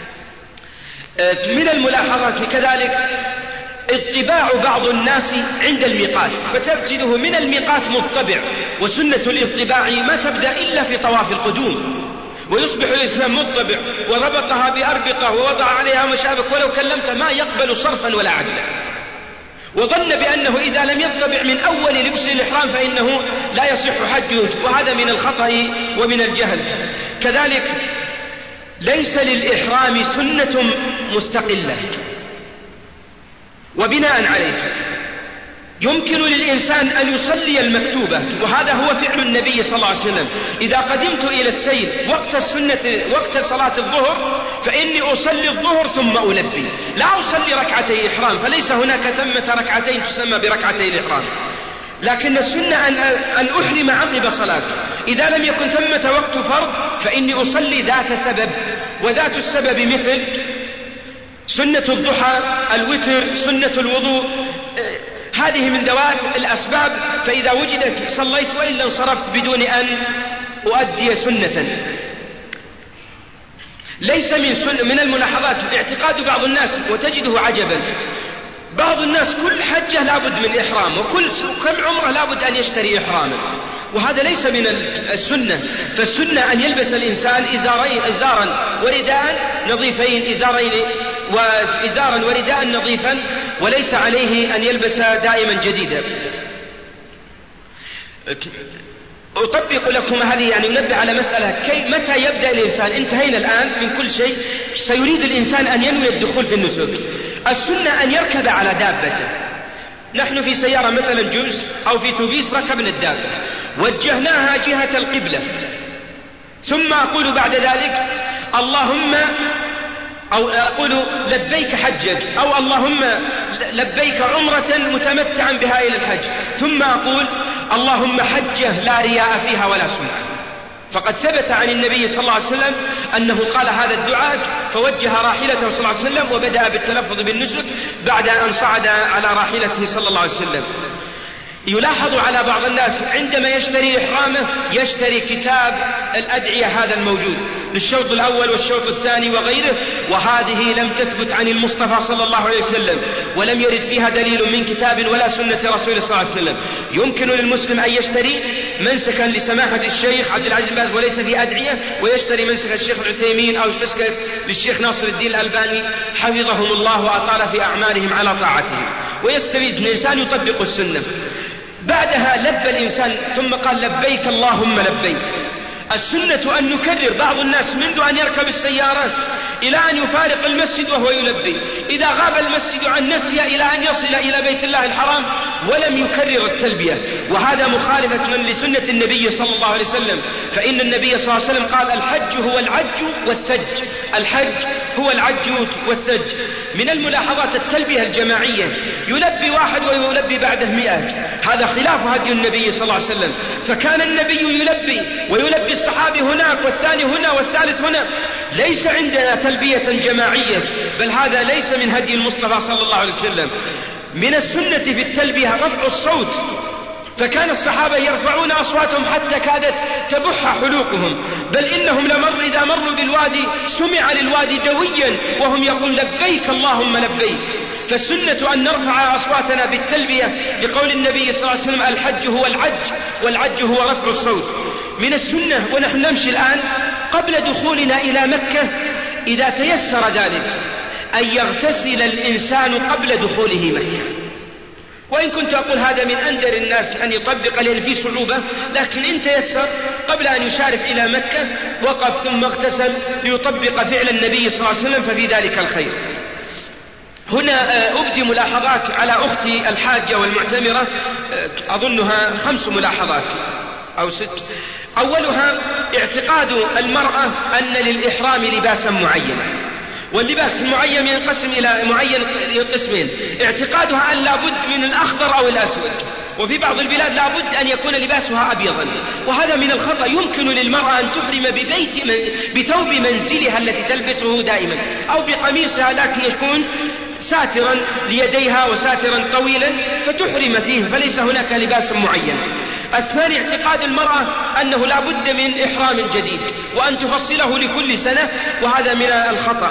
S12: آه من الملاحظات كذلك اطباع بعض الناس عند الميقات، فتجده من الميقات مضطبع، وسنة الاطباع ما تبدأ إلا في طواف القدوم، ويصبح الإنسان مضطبع وربطها بأربطة ووضع عليها مشابك ولو كلمت ما يقبل صرفا ولا عدلا، وظن بأنه إذا لم يطبع من أول لبس الإحرام فإنه لا يصح حجه، وهذا من الخطأ ومن الجهل. كذلك ليس للإحرام سنة مستقلة، وبناء عليه يمكن للإنسان أن يصلي المكتوبة، وهذا هو فعل النبي صلى الله عليه وسلم. إذا قدمت إلى السير وقت السنة وقت صلاة الظهر فإني أصلي الظهر ثم ألبي، لا أصلي ركعتي إحرام، فليس هناك ثمة ركعتين تسمى بركعتي الإحرام، لكن السنة أن, أن أحرم عقب صلاة. إذا لم يكن ثمة وقت فرض فإني أصلي ذات سبب، وذات السبب مثل سنة الضحى، الوتر، سنة الوضوء، هذه من ذوات الأسباب، فإذا وجدت صليت وإلا انصرفت بدون أن أؤدي سنة. ليس من, سنة من الملاحظات اعتقاد بعض الناس، وتجده عجبا، بعض الناس كل حجة لابد من إحرام، وكل كل عمره لابد أن يشتري إحراما، وهذا ليس من السنة. فالسنة أن يلبس الإنسان إزارين إزارا ورداء نظيفين، إزارين وإزارا ورداء نظيفا، وليس عليه أن يلبس دائما جديدا. أطبق لكم هذه، يعني ننبه على مسألة كي متى يبدأ الإنسان. انتهينا الآن من كل شيء، سيريد الإنسان أن ينوي الدخول في النسك. السنة أن يركب على دابته. نحن في سيارة مثلا جوز أو في توبيس ركبنا الدابة وجهناها جهة القبلة، ثم أقول بعد ذلك اللهم أو أقول لبيك حجج، أو اللهم لبيك عمرة متمتعا بها إلى الحج، ثم أقول اللهم حجة لا رياء فيها ولا سمعة. فقد ثبت عن النبي صلى الله عليه وسلم أنه قال هذا الدعاء فوجه راحلته صلى الله عليه وسلم وبدأ بالتلفظ بالنسك بعد أن صعد على راحلته صلى الله عليه وسلم. يلاحظ على بعض الناس عندما يشتري إحرامه يشتري كتاب الأدعية هذا الموجود للشوط الأول والشوط الثاني وغيره، وهذه لم تثبت عن المصطفى صلى الله عليه وسلم، ولم يرد فيها دليل من كتاب ولا سنة رسول صلى الله عليه وسلم. يمكن للمسلم أن يشتري منسكا لسماحة الشيخ عبد العزيز بن باز وليس في أدعية، ويشتري منسك الشيخ العثيمين أو منسك للشيخ ناصر الدين الألباني حفظهم الله وأطال في أعمارهم على طاعتهم، ويستفيد الإنسان يطبق السنة. بعدها لبى الإنسان ثم قال لبيك اللهم لبيك. السنة أن يكرر. بعض الناس منذ أن يركب السيارات إلى أن يفارق المسجد وهو يلبي، إذا غاب المسجد عن نسيه إلى أن يصل إلى بيت الله الحرام ولم يكرر التلبية، وهذا مخالفة لسنة النبي صلى الله عليه وسلم. فإن النبي صلى الله عليه وسلم قال الحج هو العج والثج. الحج هو العج والثج. من الملاحظات التلبية الجماعية، يلبي واحد ويلبي بعده مئات، هذا خلاف هدي النبي صلى الله عليه وسلم، فكان النبي يلبي ويلبي الصحابي هناك والثاني هنا والثالث هنا. ليس عندنا تلبية جماعية، بل هذا ليس من هدي المصطفى صلى الله عليه وسلم. من السنة في التلبية رفع الصوت، فكان الصحابة يرفعون أصواتهم حتى كادت تبح حلوقهم، بل إنهم لمر إذا مروا بالوادي سمع للوادي دويا وهم يقول لبيك اللهم لبيك. فالسنة أن نرفع أصواتنا بالتلبية لقول النبي صلى الله عليه وسلم الحج هو العج والعج هو رفع الصوت. من السنة ونحن نمشي الآن قبل دخولنا إلى مكة إذا تيسر ذلك أن يغتسل الإنسان قبل دخوله مكة، وإن كنت أقول هذا من أندر الناس أن يطبق لأن فيه صعوبة، لكن إن تيسر قبل أن يشارف إلى مكة وقف ثم اغتسل ليطبق فعل النبي صلى الله عليه وسلم، ففي ذلك الخير. هنا أبدي ملاحظات على أختي الحاجة والمعتمرة، أظنها خمس ملاحظات أو ست. أولها اعتقاد المرأة أن للإحرام لباسا معينا، واللباس المعين ينقسم إلى معين قسمين، اعتقادها أن لابد من الأخضر أو الأسود، وفي بعض البلاد لابد أن يكون لباسها أبيضا، وهذا من الخطأ. يمكن للمرأة أن تحرم ببيت من بثوب منزلها التي تلبسه دائما أو بقميصها، لكن يكون ساترا ليديها وساترا طويلا فتحرم فيه، فليس هناك لباس معين. الثاني اعتقاد المرأة أنه لا بد من إحرام جديد وأن تفصله لكل سنة، وهذا من الخطأ.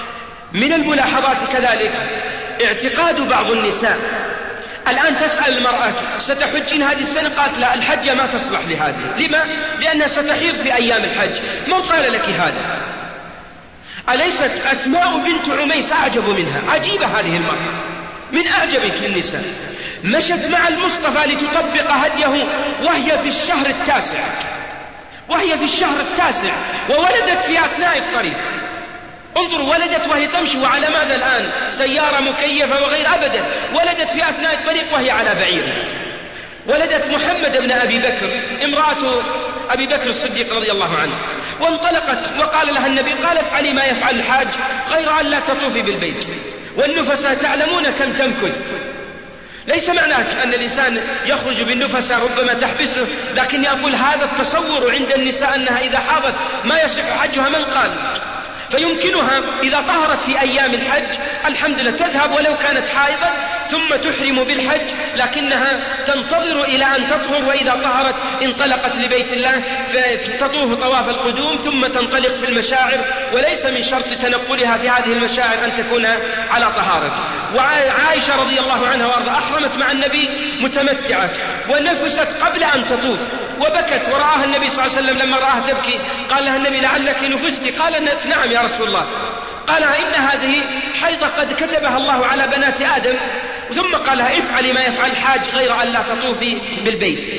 S12: من الملاحظات كذلك اعتقاد بعض النساء، الآن تسأل المرأة ستحجين هذه السنة؟ قالت لا، الحجة ما تصلح لهذه. لما؟ لأنها ستحيض في أيام الحج. من قال لك هذا؟ أليست أسماء بنت عميس أعجب منها؟ عجيبة هذه المرأة، من أعجبك النساء، مشت مع المصطفى لتطبق هديه وهي في الشهر التاسع، وهي في الشهر التاسع وولدت في أثناء الطريق. انظر، ولدت وهي تمشي، وعلى ماذا الآن؟ سيارة مكيفة وغير، أبدا، ولدت في أثناء الطريق وهي على بعير. ولدت محمد بن أبي بكر امرأة أبي بكر الصديق رضي الله عنه، وانطلقت وقال لها النبي، قال افعلي ما يفعل الحاج غير أن لا تطوفي بالبيت، والنفساء تعلمون كم تمكث. ليس معناه أن الإنسان يخرج بالنفساء ربما تحبسه، لكن أقول هذا التصور عند النساء أنها إذا حاضت ما يصح حجها، من قال؟ فيمكنها إذا طهرت في أيام الحج الحمد لله تذهب ولو كانت حائضا ثم تحرم بالحج، لكنها تنتظر إلى أن تطهر، وإذا طهرت انطلقت لبيت الله فتطوف طواف القدوم ثم تنطلق في المشاعر، وليس من شرط تنقلها في هذه المشاعر أن تكون على طهارة. وعائشة رضي الله عنها وارضاها أحرمت مع النبي متمتعة ونفست قبل أن تطوف وبكت، ورآها النبي صلى الله عليه وسلم لما رآها تبكي قال لها النبي لعلك نفست؟ قالت نعم يا رسول الله. قال إن هذه حيضة قد كتبها الله على بنات آدم، ثم قال لها افعلي ما يفعل الحاج غير أن لا تطوفي بالبيت.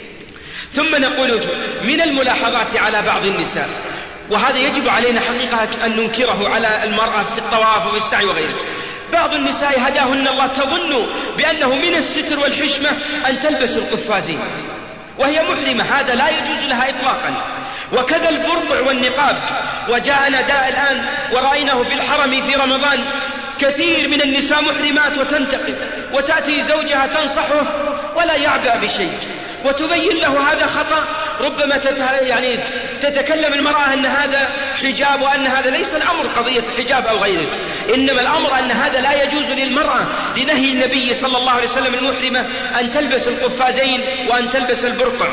S12: ثم نقول من الملاحظات على بعض النساء، وهذا يجب علينا حقيقة أن ننكره على المرأة في الطواف وفي السعي وغيره، بعض النساء هداهن الله تظن بأنه من الستر والحشمة أن تلبس القفازين وهي محرمة، هذا لا يجوز لها إطلاقا. وكذا البرقع والنقاب، وجاءنا داء الآن ورأيناه في الحرم في رمضان كثير من النساء محرمات وتنتقب وتأتي زوجها تنصحه ولا يعبأ بشيء وتبين له هذا خطأ، ربما يعني تتكلم المرأة أن هذا حجاب وأن هذا ليس الأمر قضية حجاب أو غيره، إنما الأمر أن هذا لا يجوز للمرأة لنهي النبي صلى الله عليه وسلم المحرمة أن تلبس القفازين وأن تلبس البرقع.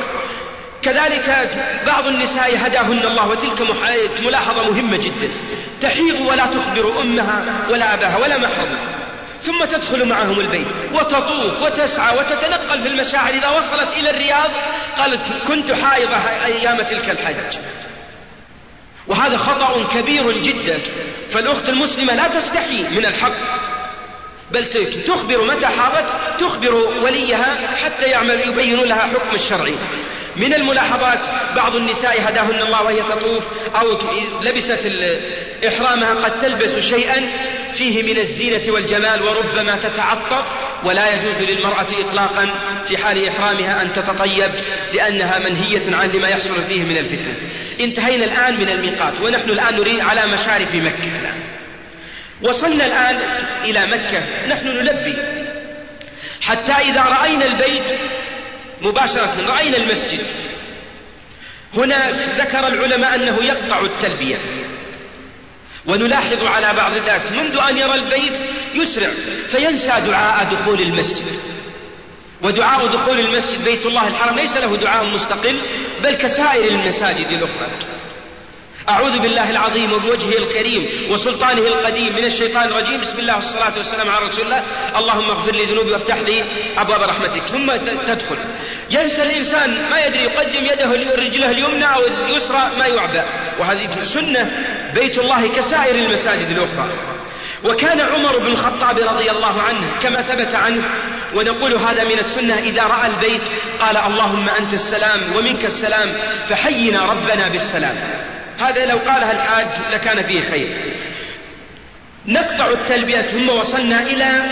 S12: كذلك بعض النساء هداهن الله، وتلك ملاحظة مهمة جدا، تحيض ولا تخبر أمها ولا أباها ولا محرم، ثم تدخل معهم البيت وتطوف وتسعى وتتنقل في المشاعر. إذا وصلت إلى الرياض قالت كنت حائضة أيام تلك الحج، وهذا خطأ كبير جدا. فالأخت المسلمة لا تستحي من الحق، بل تخبر متى حاضت، تخبر وليها حتى يعمل يبين لها حكم الشرعي. من الملاحظات بعض النساء هداهن الله وهي تطوف أو لبست إحرامها قد تلبس شيئا فيه من الزينة والجمال وربما تتعطر، ولا يجوز للمرأة إطلاقا في حال إحرامها أن تتطيب لأنها منهية عن لما يحصل فيه من الفتنة. انتهينا الآن من الميقات ونحن الآن نريد على مشارف مكة الآن. وصلنا الآن إلى مكة، نحن نلبي حتى إذا رأينا البيت مباشرة رأينا المسجد. هنا ذكر العلماء أنه يقطع التلبية، ونلاحظ على بعض الناس منذ أن يرى البيت يسرع فينسى دعاء دخول المسجد. ودعاء دخول المسجد بيت الله الحرام ليس له دعاء مستقل، بل كسائر المساجد الأخرى. أعوذ بالله العظيم وبوجهه الكريم وسلطانه القديم من الشيطان الرجيم، بسم الله والصلاة والسلام على رسول الله، اللهم اغفر لي ذنوبي وافتح لي أبواب رحمتك، ثم تدخل. ينسى الإنسان ما يدري، يقدم يده رجله اليمنى أو اليسرى ما يعبأ، وهذه سنة بيت الله كسائر المساجد الأخرى. وكان عمر بن الخطاب رضي الله عنه كما ثبت عنه، ونقول هذا من السنة، إذا رأى البيت قال اللهم أنت السلام ومنك السلام فحينا ربنا بالسلام. هذا لو قالها الحاج لكان فيه خير. نقطع التلبية ثم وصلنا إلى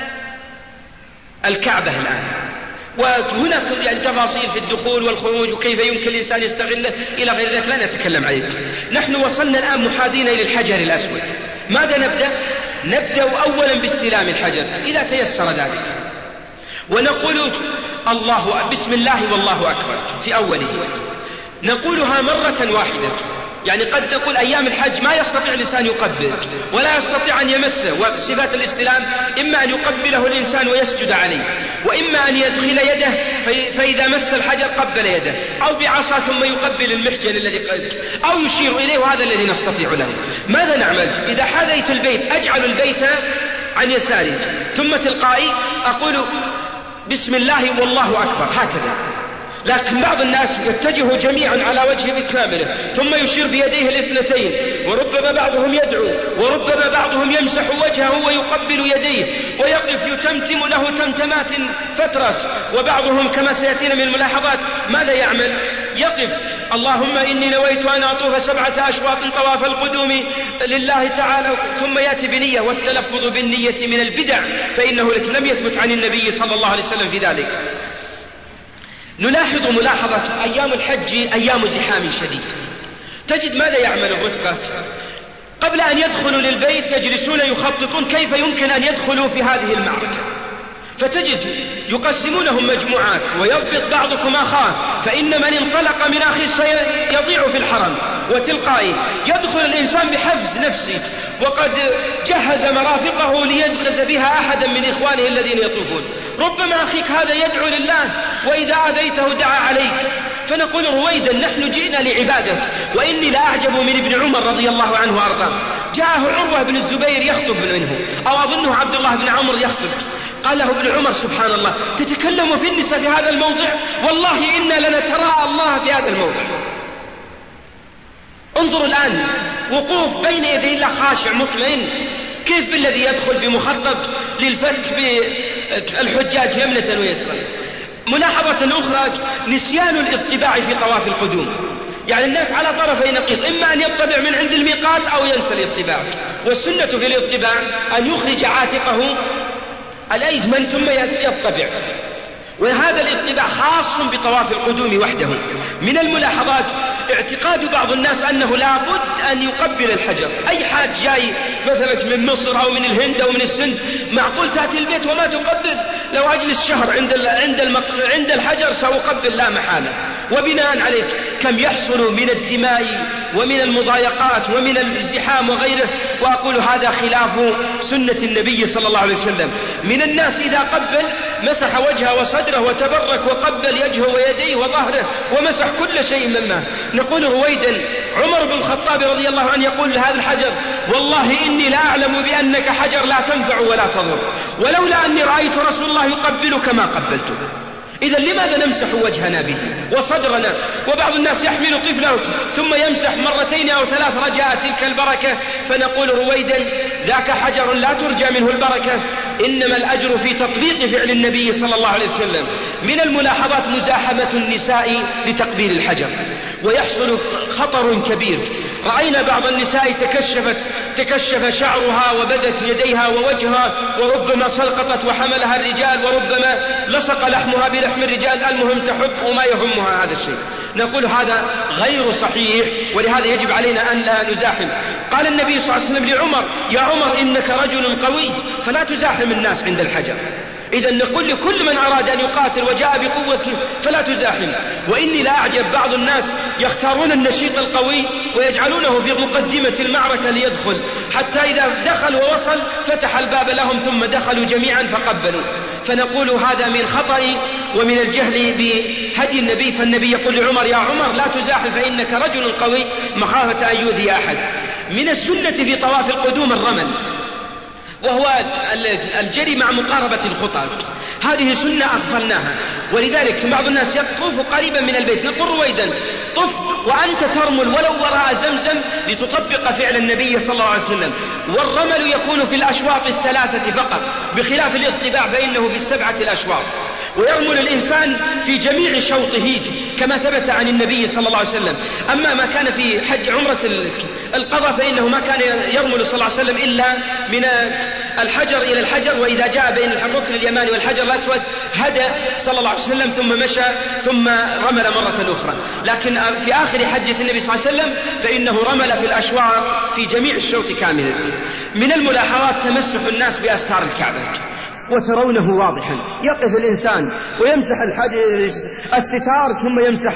S12: الكعبة الآن، وهناك يعني تفاصيل في الدخول والخروج وكيف يمكن الإنسان يستغله إلى غير ذلك لا نتكلم عليه. نحن وصلنا الآن محاذين إلى الحجر الأسود. ماذا نبدأ؟ نبدأ أولا باستلام الحجر إذا تيسر ذلك، ونقول الله بسم الله والله أكبر في أوله، نقولها مرة واحدة. يعني قد نقول أيام الحج ما يستطيع الإنسان يقبل ولا يستطيع أن يمسه، وصفات الاستلام إما أن يقبله الإنسان ويسجد عليه، وإما أن يدخل يده فإذا مس الحجر قبل يده، أو بعصا ثم يقبل المحجن الذي قلت، أو يشير إليه، وهذا الذي نستطيع له. ماذا نعمل؟ إذا حاذيت البيت أجعل البيت عن يساري، ثم تلقائي أقول بسم الله والله أكبر هكذا. لكن بعض الناس يتجه جميعا على وجهه بكامله ثم يشير بيديه الاثنتين، وربما بعضهم يدعو، وربما بعضهم يمسح وجهه ويقبل يديه ويقف يتمتم له تمتمات فترة. وبعضهم كما سيأتينا من الملاحظات ماذا يعمل؟ يقف اللهم إني نويت أن أطوف سبعة أشواط طواف القدوم لله تعالى، ثم يأتي بنية. والتلفظ بالنية من البدع، فإنه لم يثبت عن النبي صلى الله عليه وسلم في ذلك. نلاحظ ملاحظة أيام الحج أيام زحام شديد. تجد ماذا يعمل الرفقة؟ قبل أن يدخلوا للبيت يجلسون يخططون كيف يمكن أن يدخلوا في هذه المعركة، فتجد يقسمونهم مجموعات، ويضبط بعضكم أخاه، فإن من انطلق من أخيه سيضيع في الحرم. وتلقائي يدخل الإنسان بحفز نفسي، وقد جهز مرافقه ليدخز بها أحدا من إخوانه الذين يطوفون. ربما أخيك هذا يدعو لله، وإذا أذيته دعا عليك. فنقول رويدا نحن جئنا لعبادة. وإني لأعجب من ابن عمر رضي الله عنه وأرضاه، جاءه عروة بن الزبير يخطب منه، أو أظنه عبد الله بن عمر يخطب، قال له ابن عمر سبحان الله تتكلم في النساء في هذا الموضع؟ والله إنا لنتراءى الله في هذا الموضع. انظروا الآن وقوف بين يدي الله خاشع مطمئن، كيف بالذي يدخل بمخطط للفتك بالحجاج يمنة ويسرا. ملاحظة أخرى نسيان الاطباع في طواف القدوم، يعني الناس على طرفي نقيض، إما أن يطبع من عند الميقات أو ينسى الاطباع. والسنة في الاطباع أن يخرج عاتقه الأيمن ثم يطبع، وهذا الاطباع خاص بطواف القدوم وحده. من الملاحظات اعتقاد بعض الناس أنه لا بد أن يقبل الحجر. أي حاج جاي مثلا من مصر أو من الهند أو من السند، معقول تأتي البيت وما تقبل؟ لو أجلس شهر عند عند عند الحجر سأقبل لا محالة. وبناء عليه كم يحصل من الدماء ومن المضايقات ومن الازدحام وغيره. وأقول هذا خلاف سنة النبي صلى الله عليه وسلم. من الناس إذا قبل مسح وجهه وصدره وتبرك وقبل يجهه ويديه وظهره ومسح كل شيء مما. نقول رويدا عمر بن الخطاب رضي الله عنه يقول لهذا الحجر والله إني لا أعلم بأنك حجر لا تنفع ولا تضر، ولولا أني رأيت رسول الله يقبلك ما قبلته. إذا لماذا نمسح وجهنا به وصدرنا؟ وبعض الناس يحمل طفله ثم يمسح مرتين أو ثلاث رجاء تلك البركة. فنقول رويدا ذاك حجر لا ترجى منه البركة، إنما الأجر في تطبيق فعل النبي صلى الله عليه وسلم. من الملاحظات مزاحمة النساء لتقبيل الحجر، ويحصل خطر كبير. رأينا بعض النساء تكشفت تكشف شعرها وبدت يديها ووجهها، وربما سلقطت وحملها الرجال، وربما لصق لحمها بلحم الرجال. المهم تحب وما يهمها هذا الشيء. نقول هذا غير صحيح، ولهذا يجب علينا أن لا نزاحم. قال النبي صلى الله عليه وسلم لعمر: يا عمر إنك رجل قوي فلا تزاحم الناس عند الحجر. إذا نقول لكل من أراد أن يقاتل وجاء بقوة فلا تزاحم. وإني لا أعجب بعض الناس يختارون النشيط القوي ويجعلونه في مقدمة المعركة ليدخل، حتى إذا دخل ووصل فتح الباب لهم ثم دخلوا جميعا فقبلوا. فنقول هذا من خطأ ومن الجهل بهدي النبي. فالنبي يقول لعمر: يا عمر لا تزاحم فإنك رجل قوي، مخافة أن يؤذي أحد. من السنة في طواف القدوم الرمل، وهو الجري مع مقاربة الخطى. هذه سنة أغفلناها، ولذلك بعض الناس يطوف قريبا من البيت. نقول رويدا: طف وأنت ترمل ولو وراء زمزم لتطبق فعل النبي صلى الله عليه وسلم. والرمل يكون في الأشواط الثلاثة فقط، بخلاف الاطباع فإنه في السبعة الأشواط. ويرمل الإنسان في جميع شوطه كما ثبت عن النبي صلى الله عليه وسلم. أما ما كان في حج عمرة القضاء فإنه ما كان يرمل صلى الله عليه وسلم إلا من الحجر إلى الحجر، وإذا جاء بين الركن اليماني والحجر الأسود هدى صلى الله عليه وسلم ثم مشى ثم رمل مرة أخرى. لكن في آخر حجة النبي صلى الله عليه وسلم فإنه رمل في الأشواط في جميع الشوط كاملا. من الملاحظات تمسح الناس بأستار الكعبة، وترونه واضحا. يقف الإنسان ويمسح الستار ثم يمسح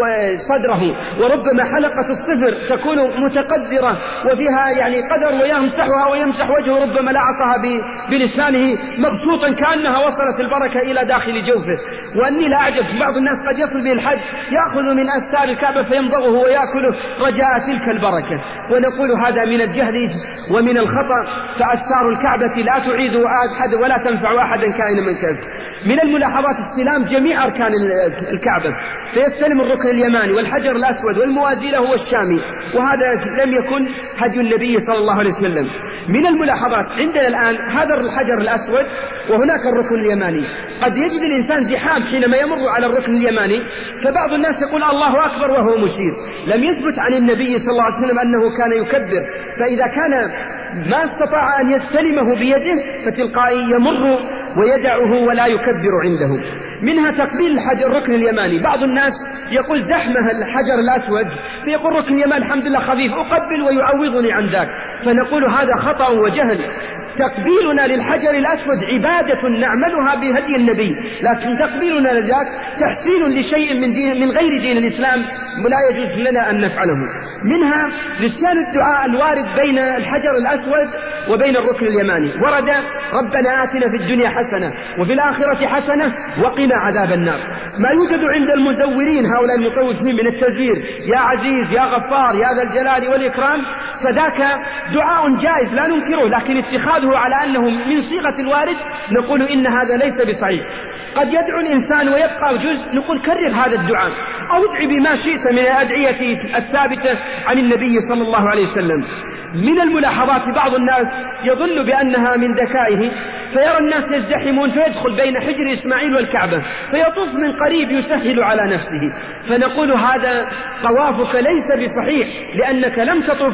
S12: صدره، وربما حلقة الصفر تكون متقدرة وفيها يعني قدر ويمسحها ويمسح وجهه، ربما لعقها بلسانه مبسوطا كأنها وصلت البركة إلى داخل جوفه. وأني لا أعجب بعض الناس قد يصل به الحج يأخذ من أستار الكعبة فيمضغه ويأكله رجاء تلك البركة. ونقول هذا من الجهل ومن الخطأ. فأستار الكعبة لا تعيد أحد ولا تنفع أحدا كائنا من كان. من الملاحظات استلام جميع أركان الكعبة، فيستلم الركن اليماني والحجر الأسود والموازي له والشامي، وهذا لم يكن هدي النبي صلى الله عليه وسلم. من الملاحظات عندنا الآن هذا الحجر الأسود وهناك الركن اليماني. قد يجد الإنسان زحام حينما يمر على الركن اليماني، فبعض الناس يقول الله أكبر وهو مشير. لم يثبت عن النبي صلى الله عليه وسلم أنه كان يكبر، فإذا كان ما استطاع أن يستلمه بيده فتلقائي يمر ويدعه ولا يكبر عنده. منها تقبيل الحجر الركن اليماني. بعض الناس يقول زحمه الحجر الأسود فيقول ركن اليماني الحمد لله خفيف أقبل ويعوضني عن ذاك. فنقول هذا خطأ وجهل. تقبيلنا للحجر الأسود عبادة نعملها بهدي النبي، لكن تقبيلنا لذاك تحسين لشيء من, دين من غير دين الإسلام ولا يجوز لنا أن نفعله. منها نسيان الدعاء الوارد بين الحجر الأسود وبين الركن اليماني. ورد ربنا آتنا في الدنيا حسنة وفي الآخرة حسنة وقنا عذاب النار. ما يوجد عند المزورين هؤلاء المطوفين من التزوير يا عزيز يا غفار يا ذا الجلال والإكرام، فذاك دعاء جائز لا ننكره، لكن اتخاذه على أنه من صيغة الوارد نقول إن هذا ليس بصحيح. قد يدعو الإنسان ويبقى جزء، نقول كرر هذا الدعاء أو ادعي بما شئت من الأدعية الثابتة عن النبي صلى الله عليه وسلم. من الملاحظات بعض الناس يظن بأنها من ذكائه، فيرى الناس يزدحمون فيدخل بين حجر إسماعيل والكعبة فيطوف من قريب يسهل على نفسه. فنقول هذا طوافك ليس بصحيح، لأنك لم تطف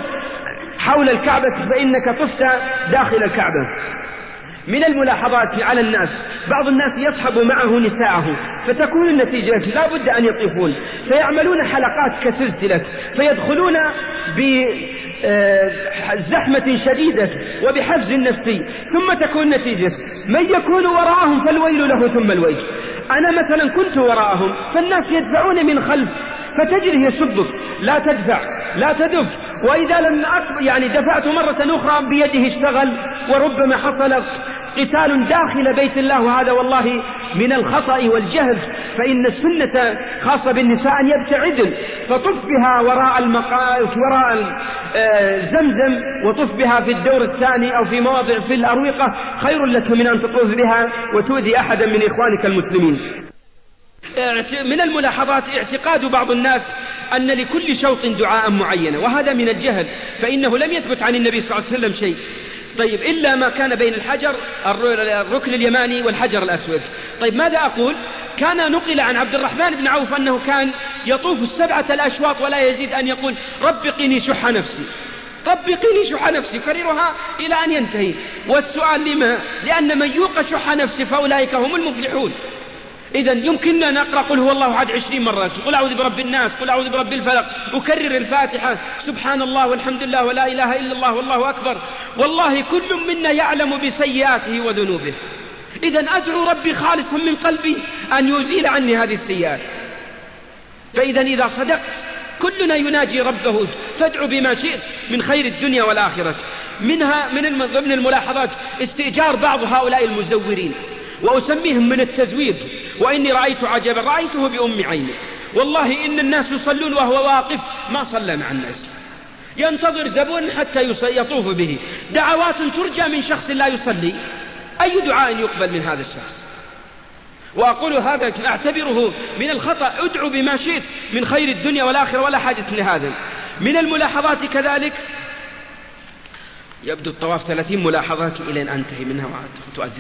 S12: حول الكعبة فإنك طفت داخل الكعبة. من الملاحظات على الناس بعض الناس يصحب معه نساءه، فتكون النتيجة لا بد أن يطيفون فيعملون حلقات كسلسلة فيدخلون بزحمة شديدة وبحفز نفسي، ثم تكون نتيجة من يكون وراءهم فالويل له ثم الويل. أنا مثلا كنت وراءهم فالناس يدفعون من خلف فتجري يسبك لا تدفع لا تدف، وإذا لم يعني دفعت مرة أخرى بيده اشتغل، وربما حصل قتال داخل بيت الله. وهذا والله من الخطأ والجهل. فإن السنة خاصة بالنساء أن يبتعدن، فطف بها وراء المقا... وراء زمزم وطف بها في الدور الثاني أو في مواضع في الأروقة، خير لك من أن تطوف بها وتؤذي أحدا من إخوانك المسلمين. من الملاحظات اعتقاد بعض الناس أن لكل شوط دعاء معينة، وهذا من الجهل، فإنه لم يثبت عن النبي صلى الله عليه وسلم شيء. طيب إلا ما كان بين الحجر الركن اليماني والحجر الأسود. طيب ماذا أقول؟ كان نقل عن عبد الرحمن بن عوف أنه كان يطوف السبعة الأشواط ولا يزيد أن يقول رب قني شح نفسي، رب قني شح نفسي، كررها إلى أن ينتهي. والسؤال لما؟ لأن من يوق شح نفسه فأولئك هم المفلحون. إذا يمكننا نقرأ قل هو الله أحد عشرين مرة، قل أعوذ برب الناس، قل أعوذ برب الفلق، أكرر الفاتحة، سبحان الله والحمد لله ولا إله إلا الله والله أكبر. والله كل منا يعلم بسيئاته وذنوبه. إذا أدعو ربي خالصا من قلبي أن يزيل عني هذه السيئات. فإذا إذا صدقت كلنا يناجي ربه، فادعو بما شئت من خير الدنيا والآخرة. منها من ضمن الملاحظات استئجار بعض هؤلاء المزورين، وأسميهم من التزوير. وإني رأيت عجبا رأيته بأم عيني، والله إن الناس يصلون وهو واقف ما صلى مع الناس، ينتظر زبون حتى يطوف به. دعوات ترجى من شخص لا يصلي، أي دعاء يقبل من هذا الشخص؟ وأقول هذا أعتبره من الخطأ. ادعو بما شئت من خير الدنيا والآخرة ولا حاجة لهذا. من الملاحظات كذلك، يبدو الطواف ثلاثين ملاحظات إلى أن أنتهي منها وتؤذن.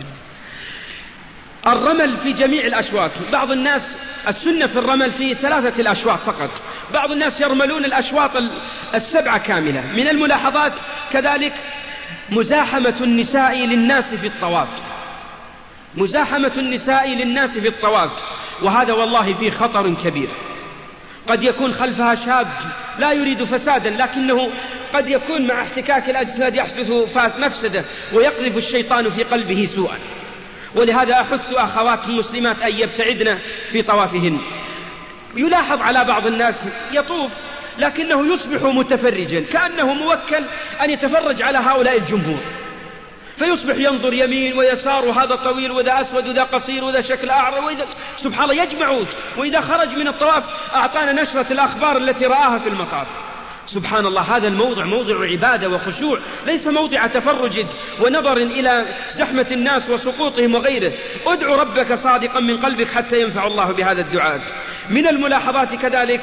S12: الرمل في جميع الأشواط. بعض الناس السنة في الرمل في ثلاثة الأشواط فقط، بعض الناس يرملون الأشواط السبعة كاملة. من الملاحظات كذلك مزاحمة النساء للناس في الطواف، مزاحمة النساء للناس في الطواف، وهذا والله فيه خطر كبير. قد يكون خلفها شاب لا يريد فسادا، لكنه قد يكون مع احتكاك الأجساد يحدث مفسدة ويقذف الشيطان في قلبه سوءا. ولهذا أحث أخوات المسلمات أن يبتعدن في طوافهن. يلاحظ على بعض الناس يطوف لكنه يصبح متفرجا، كأنه موكل أن يتفرج على هؤلاء الجمهور، فيصبح ينظر يمين ويسار، وهذا طويل وذا أسود وذا قصير وذا شكل أعرض وإذا سبحان الله يجمعون. وإذا خرج من الطواف أعطانا نشرة الأخبار التي رآها في المطاف. سبحان الله، هذا الموضع موضع عبادة وخشوع، ليس موضع تفرج ونظر إلى زحمة الناس وسقوطهم وغيره. ادعو ربك صادقا من قلبك حتى ينفع الله بهذا الدعاء. من الملاحظات كذلك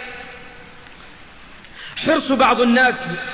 S12: حرص بعض الناس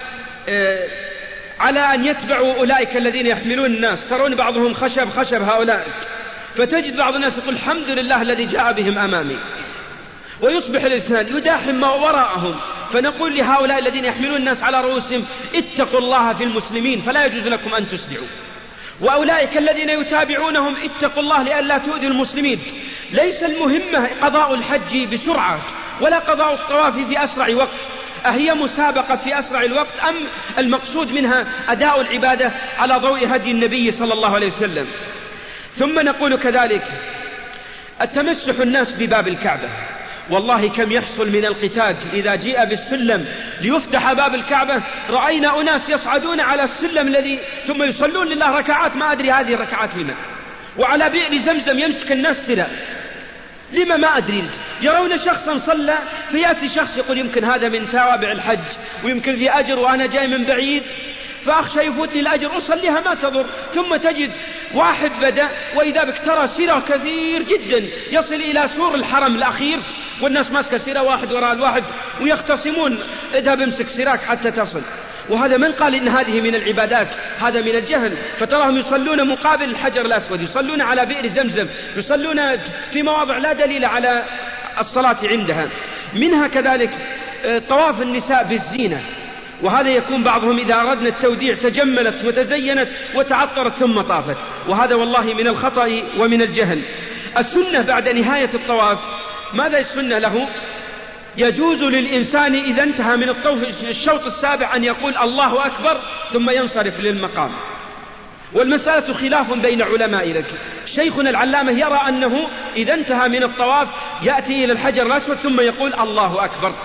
S12: على أن يتبعوا أولئك الذين يحملون الناس. ترون بعضهم خشب خشب هؤلاء، فتجد بعض الناس يقول الحمد لله الذي جاء بهم أمامي، ويصبح الإنسان يداحم ما وراءهم. فنقول لهؤلاء الذين يحملون الناس على رؤوسهم اتقوا الله في المسلمين فلا يجوز لكم أن تسرعوا. وأولئك الذين يتابعونهم اتقوا الله لئلا تؤذوا المسلمين. ليس المهمة قضاء الحج بسرعة ولا قضاء الطواف في أسرع وقت، أهي مسابقة في أسرع الوقت أم المقصود منها أداء العبادة على ضوء هدي النبي صلى الله عليه وسلم. ثم نقول كذلك التمسح الناس بباب الكعبة. والله كم يحصل من القتال إذا جيء بالسلم ليفتح باب الكعبة، رأينا أناس يصعدون على السلم الذي ثم يصلون لله ركعات ما أدري هذه الركعات لما، وعلى بئر زمزم يمسك الناس سلا لما ما أدري. يرون شخصا صلى فيأتي شخص يقول يمكن هذا من توابع الحج ويمكن في أجر وأنا جاي من بعيد فأخشى يفوتني الأجر أصليها ما تضر. ثم تجد واحد بدأ وإذا بك ترى سيرة كثير جدا يصل إلى سور الحرم الأخير، والناس ماسكة سيرة واحد وراء الواحد ويختصمون اذهب امسك سيراك حتى تصل. وهذا من قال إن هذه من العبادات؟ هذا من الجهل. فتراهم يصلون مقابل الحجر الأسود، يصلون على بئر زمزم، يصلون في مواضع لا دليل على الصلاة عندها. منها كذلك طواف النساء بالزينة، وهذا يكون بعضهم إذا أردنا التوديع تجملت وتزينت وتعطرت ثم طافت، وهذا والله من الخطأ ومن الجهل. السنة بعد نهاية الطواف ماذا السنة له؟ يجوز للإنسان إذا انتهى من الطوف الشوط السابع أن يقول الله أكبر ثم ينصرف للمقام. والمسألة خلاف بين علماء لك. شيخنا العلامة يرى أنه إذا انتهى من الطواف يأتي إلى الحجر الأسود ثم يقول الله أكبر.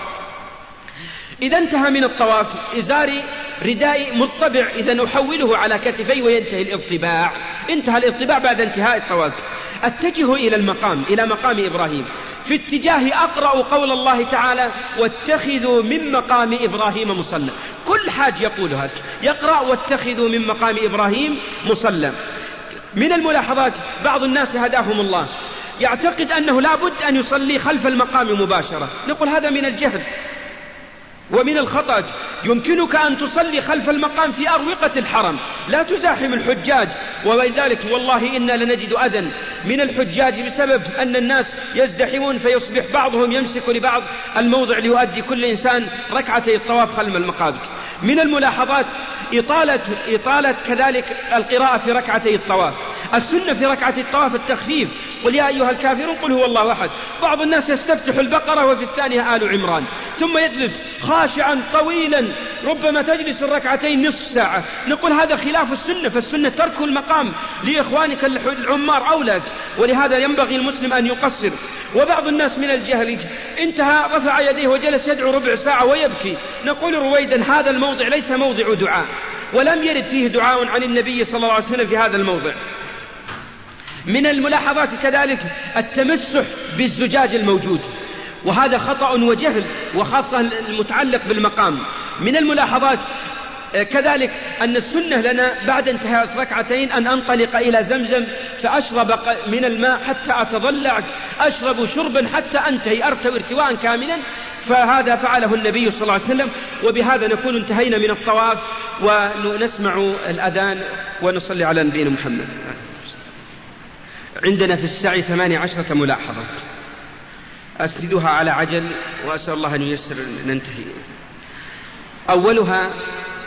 S12: إذا انتهى من الطواف إزاري ردائي مضطبع، إذا أحوله على كتفي وينتهي الإضطباع. انتهى الإضطباع بعد انتهاء الطواف. أتجه إلى المقام، إلى مقام إبراهيم، في اتجاه أقرأ قول الله تعالى واتخذوا من مقام إبراهيم مصلى. كل حاج يقولها، يقرأ واتخذوا من مقام إبراهيم مصلى. من الملاحظات بعض الناس هداهم الله يعتقد أنه لا بد أن يصلي خلف المقام مباشرة. نقول هذا من الجهل ومن الخطأ. يمكنك أن تصلي خلف المقام في أروقة الحرم، لا تزاحم الحجاج. ولذلك والله إنا لنجد أذى من الحجاج بسبب أن الناس يزدحمون فيصبح بعضهم يمسك لبعض الموضع ليؤدي كل إنسان ركعتي الطواف خلف المقام. من الملاحظات إطالة, إطالة كذلك القراءة في ركعتي الطواف. السنة في ركعتي الطواف التخفيف، قل يا أيها الكافرون قل هو الله أحد. بعض الناس يستفتح البقرة وفي الثانية آل عمران، ثم يجلس خاشعا طويلا، ربما تجلس الركعتين نصف ساعة. نقول هذا خلاف السنة، فالسنة ترك المقام لإخوانك العمار أولاد، ولهذا ينبغي المسلم أن يقصر. وبعض الناس من الجهل انتهى رفع يديه وجلس يدعو ربع ساعة ويبكي. نقول رويدا هذا الموضع ليس موضع دعاء، ولم يرد فيه دعاء عن النبي صلى الله عليه وسلم في هذا الموضع. من الملاحظات كذلك التمسح بالزجاج الموجود، وهذا خطأ وجهل، وخاصة المتعلق بالمقام. من الملاحظات كذلك أن السنة لنا بعد انتهاء ركعتين أن أنطلق إلى زمزم فأشرب من الماء حتى أتضلع، أشرب شربا حتى أنتهي، أرتوي ارتواء كاملا، فهذا فعله النبي صلى الله عليه وسلم. وبهذا نكون انتهينا من الطواف، ونسمع الأذان ونصلي على نبينا محمد. عندنا في السعي ثمانية عشرة ملاحظة أسندها على عجل، وأسأل الله أن ييسر ننتهي. أولها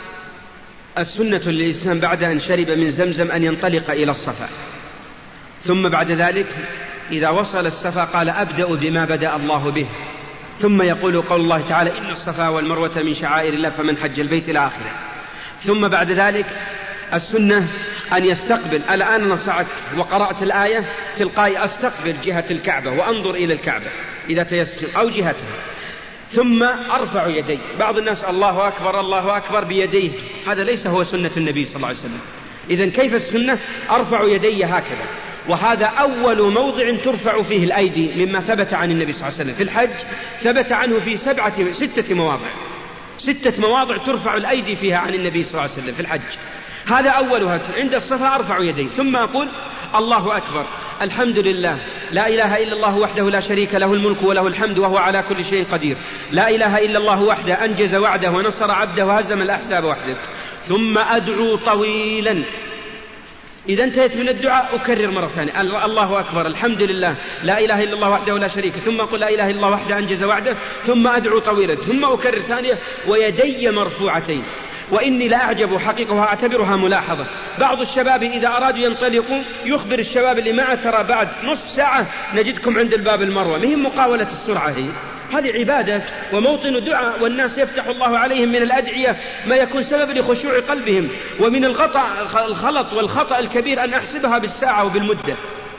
S12: السنة للإنسان بعد أن شرب من زمزم أن ينطلق إلى الصفا، ثم بعد ذلك إذا وصل الصفا قال أبدأ بما بدأ الله به، ثم يقول قول الله تعالى إن الصفا والمروة من شعائر الله فمن حج البيت إلى آخره. ثم بعد ذلك السنة أن يستقبل. الآن نصعك وقرأت الآية تلقائي أستقبل جهة الكعبة وأنظر إلى الكعبة إذا تيسر أو جهتها، ثم أرفع يدي. بعض الناس الله أكبر الله أكبر بيديه، هذا ليس هو سنة النبي صلى الله عليه وسلم. إذن كيف السنة؟ أرفع يدي هكذا، وهذا أول موضع ترفع فيه الأيدي مما ثبت عن النبي صلى الله عليه وسلم. في الحج ثبت عنه في سبعة ستة مواضع ستة مواضع ترفع الأيدي فيها عن النبي صلى الله عليه وسلم في الحج. هذا أولها. عند الصفا أرفع يدي، ثم أقول الله أكبر الحمد لله لا إله إلا الله وحده لا شريك له الملك وله الحمد وهو على كل شيء قدير، لا إله إلا الله وحده أنجز وعده ونصر عبده وهزم الأحزاب وحده. ثم أدعو طويلا. إذا انتهيت من الدعاء أكرر مرة ثانية الله أكبر الحمد لله لا إله إلا الله وحده لا شريك، ثم أقول لا إله إلا الله وحده أنجز وعده، ثم أدعو طويلا، ثم أكرر ثانية ويدي مرفوعتين. وإني لأعجب حقيقة وأعتبرها ملاحظة، بعض الشباب إذا أرادوا ينطلقوا يخبر الشباب اللي معه ترى بعد نصف ساعة نجدكم عند الباب المروة. مهم مقاولة السرعة، هي هذه عبادة وموطن دعاء، والناس يفتح الله عليهم من الأدعية ما يكون سبب لخشوع قلبهم. ومن الغلط والخطأ الكبير أن أحسبها بالساعة وبالمدة.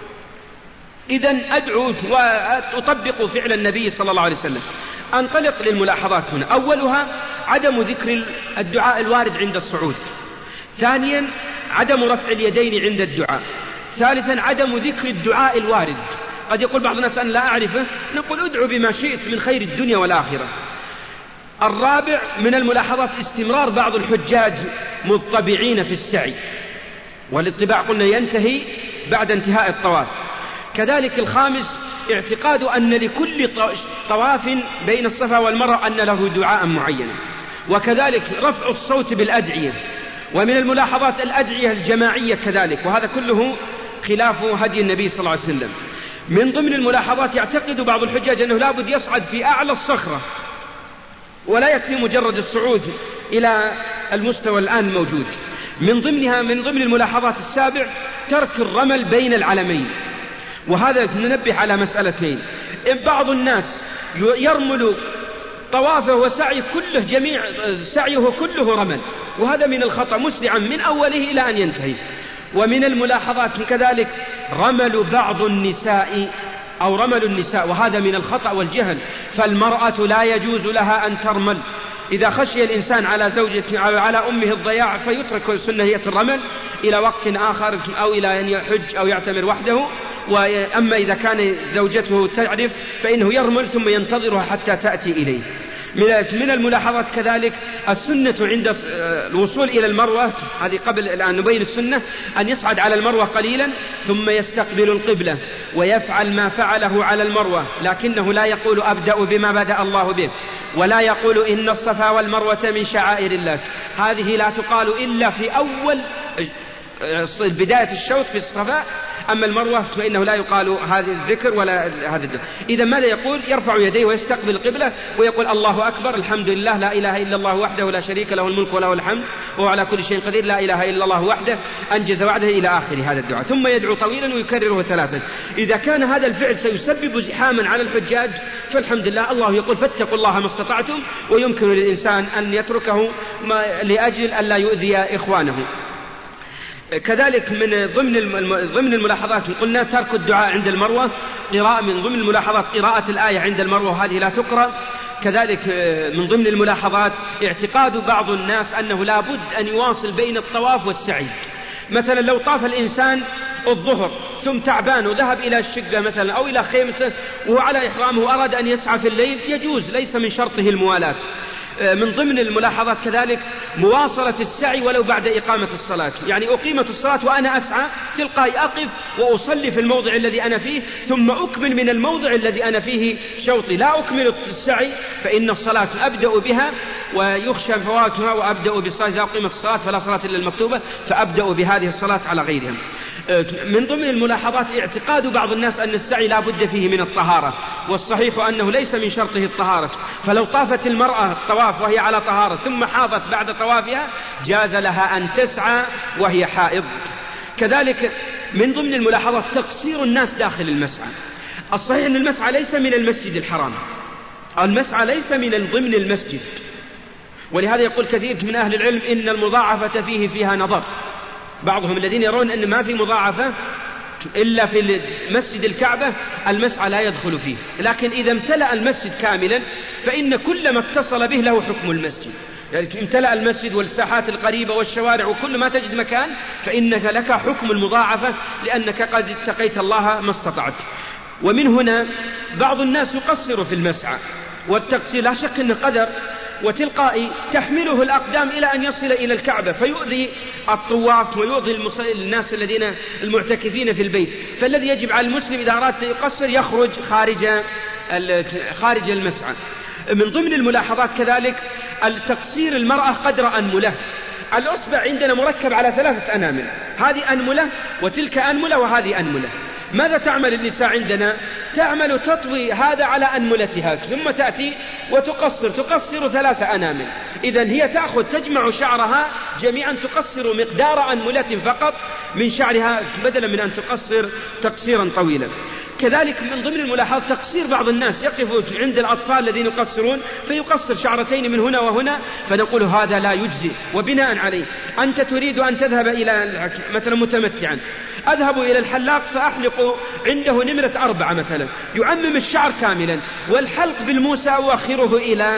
S12: إذن أدعو وأطبق فعل النبي صلى الله عليه وسلم. أنطلق للملاحظات هنا. أولها عدم ذكر الدعاء الوارد عند الصعود. ثانيا عدم رفع اليدين عند الدعاء. ثالثا عدم ذكر الدعاء الوارد. قد يقول بعض الناس أنا لا أعرفه، نقول ادعو بما شئت من خير الدنيا والآخرة. الرابع من الملاحظات استمرار بعض الحجاج مضطبعين في السعي، والاطباع قلنا ينتهي بعد انتهاء الطواف. كذلك الخامس اعتقاد أن لكل طواف بين الصفا والمروة أن له دعاء معين، وكذلك رفع الصوت بالأدعية. ومن الملاحظات الأدعية الجماعية كذلك، وهذا كله خلاف هدي النبي صلى الله عليه وسلم. من ضمن الملاحظات يعتقد بعض الحجاج أنه لابد يصعد في أعلى الصخرة، ولا يكفي مجرد الصعود إلى المستوى الآن موجود. من ضمنها من ضمن الملاحظات السابع ترك الرمل بين العلمين، وهذا ننبه على مسألتين. إن بعض الناس يرمل طوافه وسعيه كله جميع سعيه كله رمل، وهذا من الخطأ مسرعا من أوله إلى أن ينتهي. ومن الملاحظات كذلك رمل بعض النساء أو رمل النساء، وهذا من الخطأ والجهل. فالمرأة لا يجوز لها أن ترمل. إذا خشي الإنسان على زوجته أو على أمه الضياع فيترك سنية الرمل إلى وقت آخر، أو إلى أن يحج أو يعتمر وحده. وأما إذا كان زوجته تعرف فإنه يرمل ثم ينتظرها حتى تأتي إليه. من الملاحظات كذلك السنة عند الوصول إلى المروة، هذه قبل الآن نبين السنة، أن يصعد على المروة قليلا ثم يستقبل القبلة ويفعل ما فعله على المروة، لكنه لا يقول أبدأ بما بدأ الله به، ولا يقول إن الصفا والمروة من شعائر الله. هذه لا تقال إلا في أول بداية الشوط في الصفا أما المروة فإنه لا يقال هذا الذكر ولا هذا الذكر. إذا ماذا يقول؟ يرفع يديه ويستقبل القبلة ويقول الله أكبر، الحمد لله، لا إله إلا الله وحده لا شريك له الملك وله الحمد وهو على كل شيء قدير، لا إله إلا الله وحده أنجز وعده، إلى آخر هذا الدعاء. ثم يدعو طويلا ويكرره ثلاثا. إذا كان هذا الفعل سيسبب زحاما على الحجاج فالحمد لله، الله يقول فاتقوا الله ما استطعتم، ويمكن للإنسان أن يتركه لأجل أن لا يؤذي إخوانه. كذلك من ضمن ضمن الملاحظات قلنا ترك الدعاء عند المروة، قراءة من ضمن الملاحظات قراءة الآية عند المروة وهذه لا تقرأ. كذلك من ضمن الملاحظات اعتقاد بعض الناس أنه لا بد أن يواصل بين الطواف والسعي. مثلا لو طاف الإنسان الظهر ثم تعبان وذهب إلى الشقة مثلا أو إلى خيمته وهو على إحرامه وأراد أن يسعى في الليل يجوز، ليس من شرطه الموالاة. من ضمن الملاحظات كذلك مواصلة السعي ولو بعد إقامة الصلاة، يعني أقيمت الصلاة وأنا أسعى تلقائي أقف وأصلي في الموضع الذي أنا فيه ثم أكمل من الموضع الذي أنا فيه شوطي، لا أكمل السعي فإن الصلاة أبدأ بها ويخشى فواتها، وأبدأ بالصلاة إذا أقيمت الصلاة فلا صلاة إلا المكتوبة، فأبدأ بهذه الصلاة على غيرها. من ضمن الملاحظات اعتقاد بعض الناس أن السعي لا بد فيه من الطهارة، والصحيح أنه ليس من شرطه الطهارة، فلو طافت المرأة الطواف وهي على طهارة ثم حاضت بعد طوافها جاز لها أن تسعى وهي حائض. كذلك من ضمن الملاحظات تقصير الناس داخل المسعى. الصحيح أن المسعى ليس من المسجد الحرام، المسعى ليس من ضمن المسجد، ولهذا يقول كثير من أهل العلم إن المضاعفة فيه فيها نظر. بعضهم الذين يرون أن ما في مضاعفة إلا في مسجد الكعبة المسعى لا يدخل فيه، لكن إذا امتلأ المسجد كاملا فإن كل ما اتصل به له حكم المسجد، يعني امتلأ المسجد والساحات القريبة والشوارع وكل ما تجد مكان فإنك لك حكم المضاعفة لأنك قد اتقيت الله ما استطعت. ومن هنا بعض الناس يقصر في المسعى، والتقصير لا شك أنه قدر وتلقائي تحمله الأقدام إلى أن يصل إلى الكعبة فيؤذي الطواف ويؤذي الناس الذين المعتكفين في البيت. فالذي يجب على المسلم إذا أراد يقصر يخرج خارج خارج المسعى. من ضمن الملاحظات كذلك التقصير المرأة قدر أنملة. الأصبع عندنا مركب على ثلاثة أنامل، هذه أنملة وتلك أنملة وهذه أنملة. ماذا تعمل النساء عندنا؟ تعمل تطوي هذا على أنملتها ثم تأتي وتقصر تقصر ثلاثة أنامل. إذن هي تأخذ تجمع شعرها جميعا تقصر مقدار أنملة فقط من شعرها بدلا من أن تقصر تقصيرا طويلا. كذلك من ضمن الملاحظات تقصير بعض الناس يقف عند الأطفال الذين يقصرون فيقصر شعرتين من هنا وهنا، فنقول هذا لا يجزي. وبناء عليه أنت تريد أن تذهب إلى مثلا متمتعا، أذهب إلى الحلاق فأحلق عنده نمرة أربعة مثلا، يعمم الشعر كاملا، والحلق بالموسى أؤخره إلى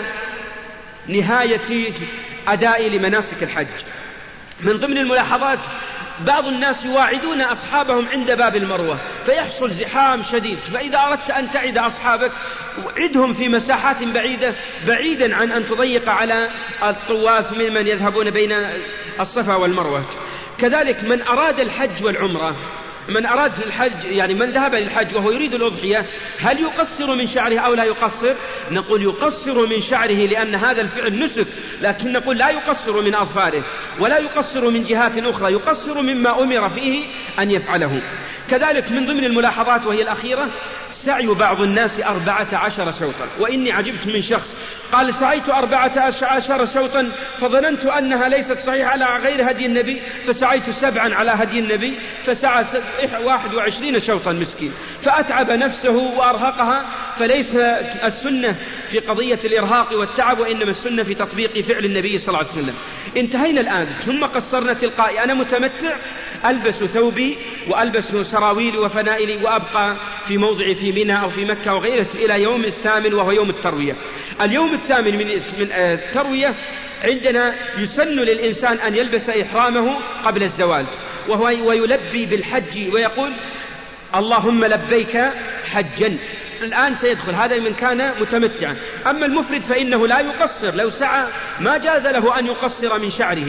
S12: نهاية أداء لمناسك الحج. من ضمن الملاحظات بعض الناس يواعدون أصحابهم عند باب المروة فيحصل زحام شديد، فإذا أردت أن تعد أصحابك عدهم في مساحات بعيدة بعيدا عن أن تضيق على الطواف ممن يذهبون بين الصفا والمروة. كذلك من أراد الحج والعمرة، من أراد الحج يعني من ذهب للحج وهو يريد الأضحية، هل يقصر من شعره أو لا يقصر؟ نقول يقصر من شعره لأن هذا الفعل نسك، لكن نقول لا يقصر من أظفاره ولا يقصر من جهات أخرى، يقصر مما أمر فيه أن يفعله. كذلك من ضمن الملاحظات وهي الأخيرة سعي بعض الناس أربعة عشر شوطا. وإني عجبت من شخص قال سعيت أربعة عشر شوطا فظننت أنها ليست صحيحة على غير هدي النبي فسعيت سبعا على هدي النبي، فسعى واحد وعشرين شوطا مسكين، فأتعب نفسه وأرهقها. فليس السنة في قضية الإرهاق والتعب، وإنما السنة في تطبيق فعل النبي صلى الله عليه وسلم. انتهينا الآن ثم قصرنا تلقائي، أنا متمتع ألبس ثوبي وألبس سراويلي وفنائلي وأبقى في موضعي في منى أو في مكة وغيره إلى يوم الثامن وهو يوم التروية. اليوم الثامن من التروية عندنا يسن للإنسان أن يلبس إحرامه قبل الزوال وهو ويلبي بالحج ويقول اللهم لبيك حجا. الآن سيدخل هذا من كان متمتعا. أما المفرد فإنه لا يقصر، لو سعى ما جاز له أن يقصر من شعره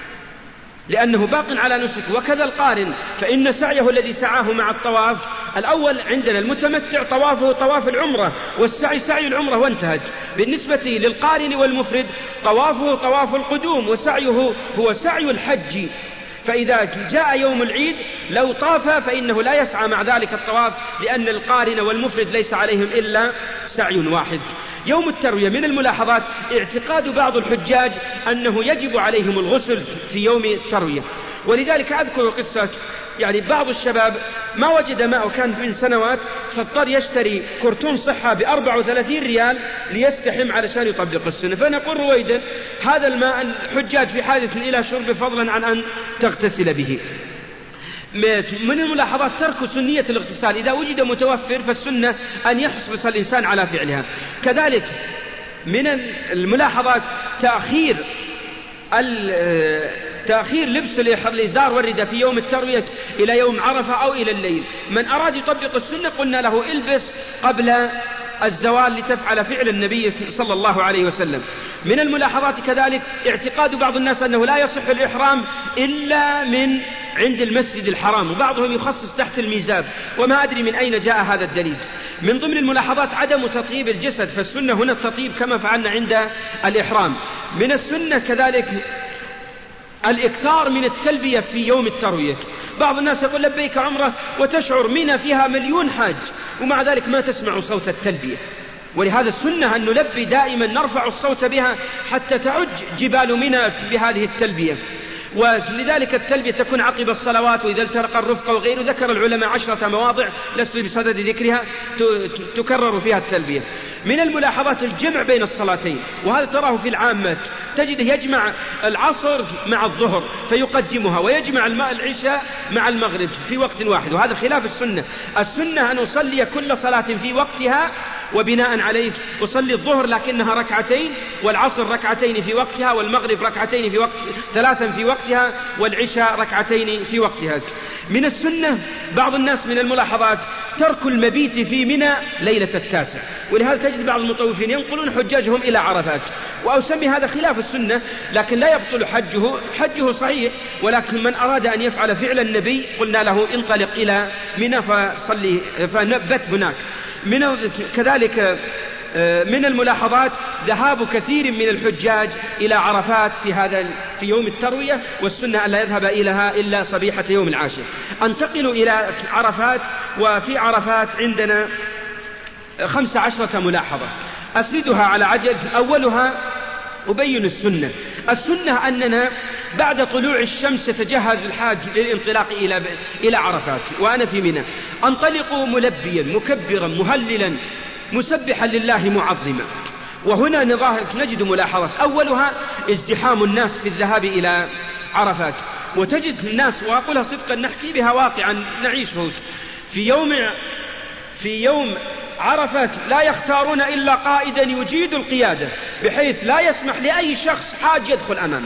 S12: لأنه باق على نسك. وكذا القارن فإن سعيه الذي سعاه مع الطواف الأول عندنا المتمتع طوافه طواف العمرة والسعي سعي العمرة وانتهج. بالنسبة للقارن والمفرد طوافه طواف القدوم وسعيه هو سعي الحج. فإذا جاء يوم العيد لو طاف فإنه لا يسعى مع ذلك الطواف، لأن القارن والمفرد ليس عليهم إلا سعي واحد. يوم التروية من الملاحظات اعتقاد بعض الحجاج أنه يجب عليهم الغسل في يوم التروية، ولذلك أذكر قصة يعني بعض الشباب ما وجد ماء وكان من سنوات، فاضطر يشتري كرتون صحة بأربع وثلاثين ريال ليستحم علشان يطبق السنة. فنقول رويدا هذا الماء الحجاج في حاجة إلى شرب فضلا عن أن تغتسل به. من الملاحظات ترك سنية الاغتسال، إذا وجد متوفر فالسنة أن يحرص الإنسان على فعلها. كذلك من الملاحظات تأخير تأخير لبس الإزار والرداء في يوم التروية إلى يوم عرفة أو إلى الليل. من أراد يطبق السنة قلنا له البس قبل الزوال لتفعل فعل النبي صلى الله عليه وسلم. من الملاحظات كذلك اعتقاد بعض الناس أنه لا يصح الإحرام إلا من عند المسجد الحرام، وبعضهم يخصص تحت الميزاب، وما أدري من أين جاء هذا الدليل. من ضمن الملاحظات عدم تطيب الجسد، فالسنة هنا التطيب كما فعلنا عند الإحرام. من السنة كذلك الإكثار من التلبية في يوم التروية. بعض الناس يقول لبيك عمره وتشعر منى فيها مليون حاج ومع ذلك ما تسمع صوت التلبية، ولهذا السنة أن نلبي دائما، نرفع الصوت بها حتى تعج جبال منى بهذه التلبية. ولذلك التلبية تكون عقب الصلوات وإذا الترقى الرفق وغيره. ذكر العلماء عشرة مواضع لست بصدد ذكرها تكرر فيها التلبية. من الملاحظات الجمع بين الصلاتين، وهذا تراه في العامة، تجده يجمع العصر مع الظهر فيقدمها، ويجمع العشاء مع المغرب في وقت واحد، وهذا خلاف السنة. السنة أن أصلي كل صلاة في وقتها، وبناء عليه أصلي الظهر لكنها ركعتين، والعصر ركعتين في وقتها، والمغرب ركعتين في وقت ثلاثا في وقتها، والعشاء ركعتين في وقتها. من السنة بعض الناس من الملاحظات ترك المبيت في منى ليلة التاسع، ولهذا تجد بعض المطوفين ينقلون حجاجهم إلى عرفات، وأسمي هذا خلاف السنة، لكن لا يبطل حجه، حجه صحيح، ولكن من أراد أن يفعل فعل النبي قلنا له انطلق إلى منى فصلي فنبت هناك. من كذلك من الملاحظات ذهاب كثير من الحجاج إلى عرفات في هذا في يوم التروية، والسنة أن لا يذهب إليها إلا صبيحة يوم العاشر. أنتقل إلى عرفات، وفي عرفات عندنا خمس عشرة ملاحظة أسردها على عجل. أولها أبين السنة. السنة أننا بعد طلوع الشمس يتجهز الحاج للانطلاق إلى إلى عرفات، وأنا في منى أنطلق ملبيا مكبرا مهللا مسبحا لله معظما. وهنا نجد ملاحظات. أولها ازدحام الناس في الذهاب إلى عرفات، وتجد الناس، وأقولها صدقا نحكي بها واقعا نعيشه، في يوم في يوم عرفات لا يختارون إلا قائدا يجيد القيادة بحيث لا يسمح لأي شخص حاج يدخل أمامه،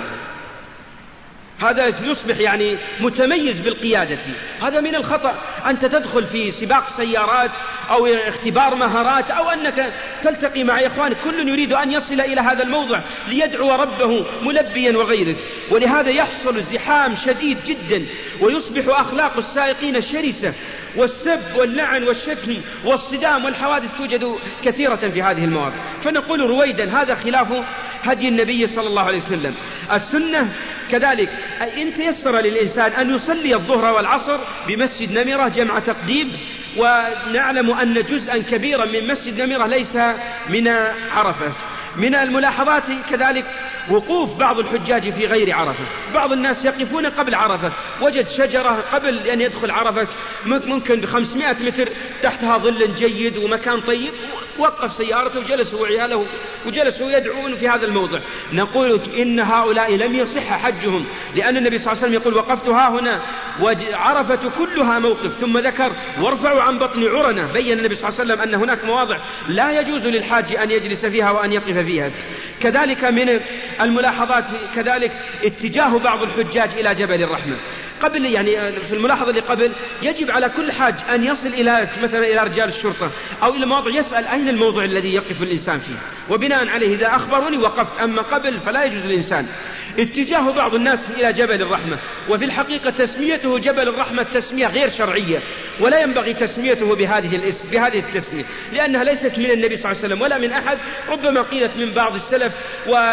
S12: هذا يصبح يعني متميز بالقيادة. هذا من الخطأ. أنت تدخل في سباق سيارات أو اختبار مهارات، أو أنك تلتقي مع إخوانك كل يريد أن يصل إلى هذا الموضع ليدعو ربه ملبيا وغيره، ولهذا يحصل زحام شديد جدا، ويصبح أخلاق السائقين شرسة، والسب واللعن والشتم والصدام والحوادث توجد كثيرة في هذه المواضع. فنقول رويدا هذا خلاف هدي النبي صلى الله عليه وسلم. السنة كذلك إن تيسر للإنسان أن يصلي الظهر والعصر بمسجد نمرة جمع تقديم، ونعلم أن جزءا كبيرا من مسجد نمرة ليس من عرفة. من الملاحظات كذلك وقوف بعض الحجاج في غير عرفة. بعض الناس يقفون قبل عرفة، وجد شجرة قبل أن يدخل عرفة ممكن بخمسمائة متر تحتها ظل جيد ومكان طيب، وقف سيارته وجلسوا وعياله وجلسوا يدعون في هذا الموضع. نقول إن هؤلاء لم يصح حجهم، لأن النبي صلى الله عليه وسلم يقول وقفت ها هنا وعرفة كلها موقف، ثم ذكر وارفعوا عن بطن عرنة. بين النبي صلى الله عليه وسلم أن هناك مواضع لا يجوز للحاج أن يجلس فيها وأن يقف فيها. كذلك من الملاحظات كذلك اتجاه بعض الحجاج إلى جبل الرحمة. قبل يعني في الملاحظة اللي قبل يجب على كل حاج أن يصل إلى مثلا إلى رجال الشرطة أو إلى موضع يسأل أين الموضع الذي يقف الإنسان فيه، وبناء عليه إذا أخبروني وقفت، أما قبل فلا يجوز الإنسان. اتجاه بعض الناس إلى جبل الرحمة، وفي الحقيقة تسميته جبل الرحمة تسمية غير شرعية، ولا ينبغي تسميته بهذه الاسم بهذه التسمية، لأنها ليست من النبي صلى الله عليه وسلم ولا من أحد، ربما قيلت من بعض السلف وانطلق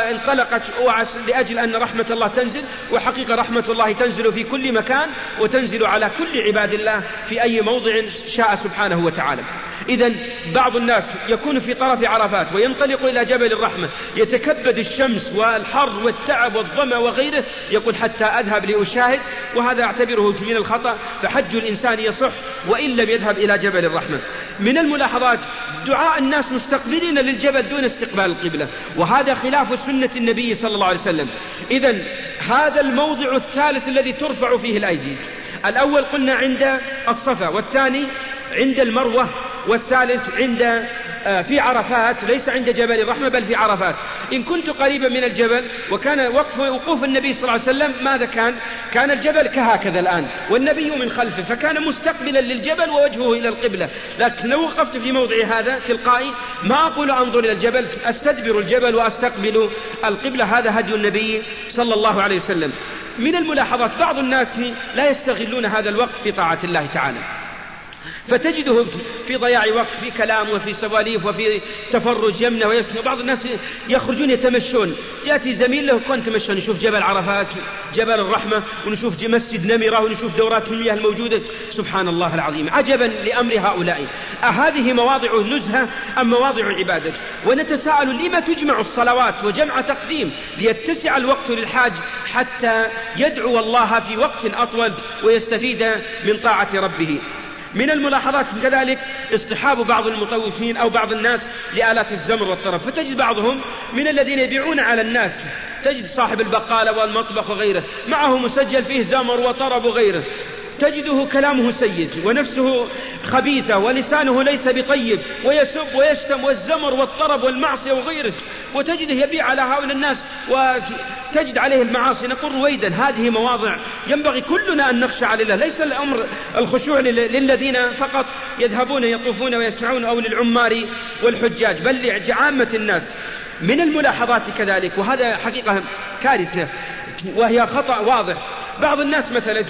S12: فقط لأجل أن رحمة الله تنزل، وحقيقة رحمة الله تنزل في كل مكان وتنزل على كل عباد الله في أي موضع شاء سبحانه وتعالى. إذن بعض الناس يكون في طرف عرفات وينطلق إلى جبل الرحمة، يتكبد الشمس والحر والتعب والظمأ وغيره، يقول حتى أذهب لأشاهد، وهذا أعتبره من الخطأ، فحج الإنسان يصح وإن لم يذهب إلى جبل الرحمة. من الملاحظات دعاء الناس مستقبلين للجبل دون استقبال القبلة، وهذا خلاف سنة النبي صلى الله عليه وسلم. إذن هذا الموضع الثالث الذي ترفع فيه الأيدي. الأول قلنا عند الصفا، والثاني عند المروة، والثالث عند في عرفات، ليس عند جبل الرحمة بل في عرفات. إن كنت قريبا من الجبل وكان وقف وقوف النبي صلى الله عليه وسلم ماذا كان؟ كان الجبل كهكذا الآن والنبي من خلفه، فكان مستقبلا للجبل ووجهه إلى القبلة. لكن لو وقفت في موضع هذا تلقائي ما أقول أنظر إلى الجبل، أستدبر الجبل وأستقبل القبلة. هذا هدي النبي صلى الله عليه وسلم. من الملاحظات بعض الناس لا يستغلون هذا الوقت في طاعة الله تعالى، فتجده في ضياع وقت في كلام وفي سواليف وفي تفرج يمنى ويسمع. بعض الناس يخرجون يتمشون، يأتي زميل له كنت تمشى نشوف جبل عرفات، جبل الرحمة، ونشوف مسجد نمرة، ونشوف دورات المياه الموجودة. سبحان الله العظيم، عجبا لأمر هؤلاء، أهذه مواضع نزهة أم مواضع عبادة؟ ونتساءل لما تجمع الصلوات وجمع تقديم ليتسع الوقت للحاج حتى يدعو الله في وقت أطول ويستفيد من طاعة ربه. من الملاحظات كذلك اصطحاب بعض المطوفين أو بعض الناس لآلات الزمر والطرب، فتجد بعضهم من الذين يبيعون على الناس، تجد صاحب البقالة والمطبخ وغيره معه مسجل فيه زمر وطرب وغيره، تجده كلامه سيء ونفسه خبيثة ولسانه ليس بطيب، ويسب ويشتم والزمر والطرب والمعصية وغيره، وتجده يبيع على هؤلاء الناس وتجد عليه المعاصي. نقول رويدا هذه مواضع ينبغي كلنا أن نخشى على الله، ليس الأمر الخشوع للذين فقط يذهبون يطوفون ويسمعون أو للعمار والحجاج، بل لعامة الناس. من الملاحظات كذلك، وهذا حقيقة كارثة وهي خطأ واضح، بعض الناس مثلا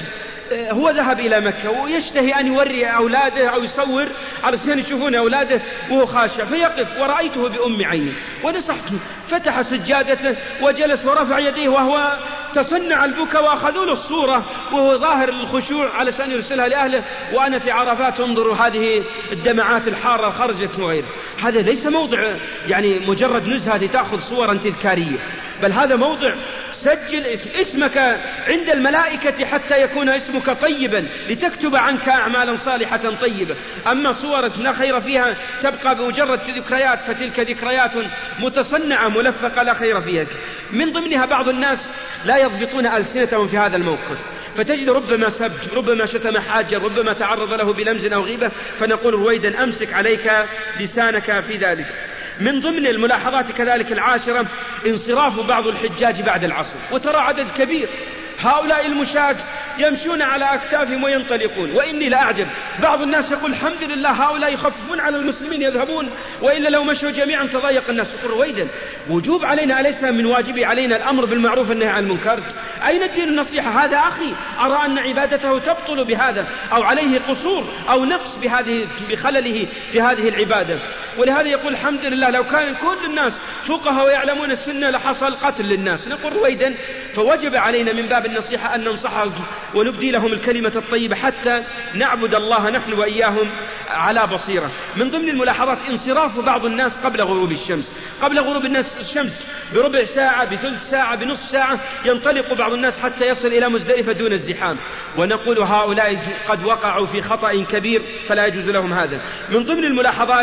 S12: هو ذهب إلى مكة ويشتهي أن يوري أولاده أو يصور علشان يشوفون أولاده وهو خاشع، فيقف ورأيته بأم عيني ونصحته، فتح سجادته وجلس ورفع يديه وهو تصنع البكاء، وأخذوا له الصورة وهو ظاهر الخشوع علشان يرسلها لأهله، وأنا في عرفات انظروا هذه الدمعات الحارة خرجت وغيره. هذا ليس موضع يعني مجرد نزهة لتأخذ صورا تذكارية، بل هذا موضع سجل اسمك عند الملائكة حتى يكون اسمك طيبا لتكتب عنك أعمالا صالحة طيبة. أما صورة لا خير فيها تبقى بمجرد ذكريات، فتلك ذكريات متصنعة ملفقة لا خير فيها. من ضمنها بعض الناس لا يضبطون ألسنتهم في هذا الموقف، فتجد ربما سب، ربما شتم حاجا، ربما تعرض له بلمز أو غيبة، فنقول رويدا أمسك عليك لسانك في ذلك. من ضمن الملاحظات كذلك العاشرة انصراف بعض الحجاج بعد العصر، وترى عدد كبير هؤلاء المشاة يمشون على أكتافهم وينطلقون، وإني لأعجب بعض الناس يقول الحمد لله هؤلاء يخففون على المسلمين يذهبون، وإلا لو مشوا جميعا تضيق الناس. يقول رويدا وجوب علينا، أليس من واجبي علينا الأمر بالمعروف والنهي عن المنكر؟ أين الدين النصيحة؟ هذا أخي أرى أن عبادته تبطل بهذا أو عليه قصور أو نقص بهذه بخلله في هذه العبادة. ولهذا يقول الحمد لله لو كان كل الناس فقهاء ويعلمون السنة لحصل قتل للناس. نقول رويدا فوجب علينا من باب النصيحة أن ننصحهم ونبدي لهم الكلمة الطيبة حتى نعبد الله نحن وإياهم على بصيرة. من ضمن الملاحظات انصراف بعض الناس قبل غروب الشمس، قبل غروب الناس الشمس بربع ساعة بثلث ساعة بنصف ساعة ينطلق بعض الناس حتى يصل إلى مزدلفة دون الزحام، ونقول هؤلاء قد وقعوا في خطأ كبير فلا يجوز لهم هذا. من ضمن الملاحظات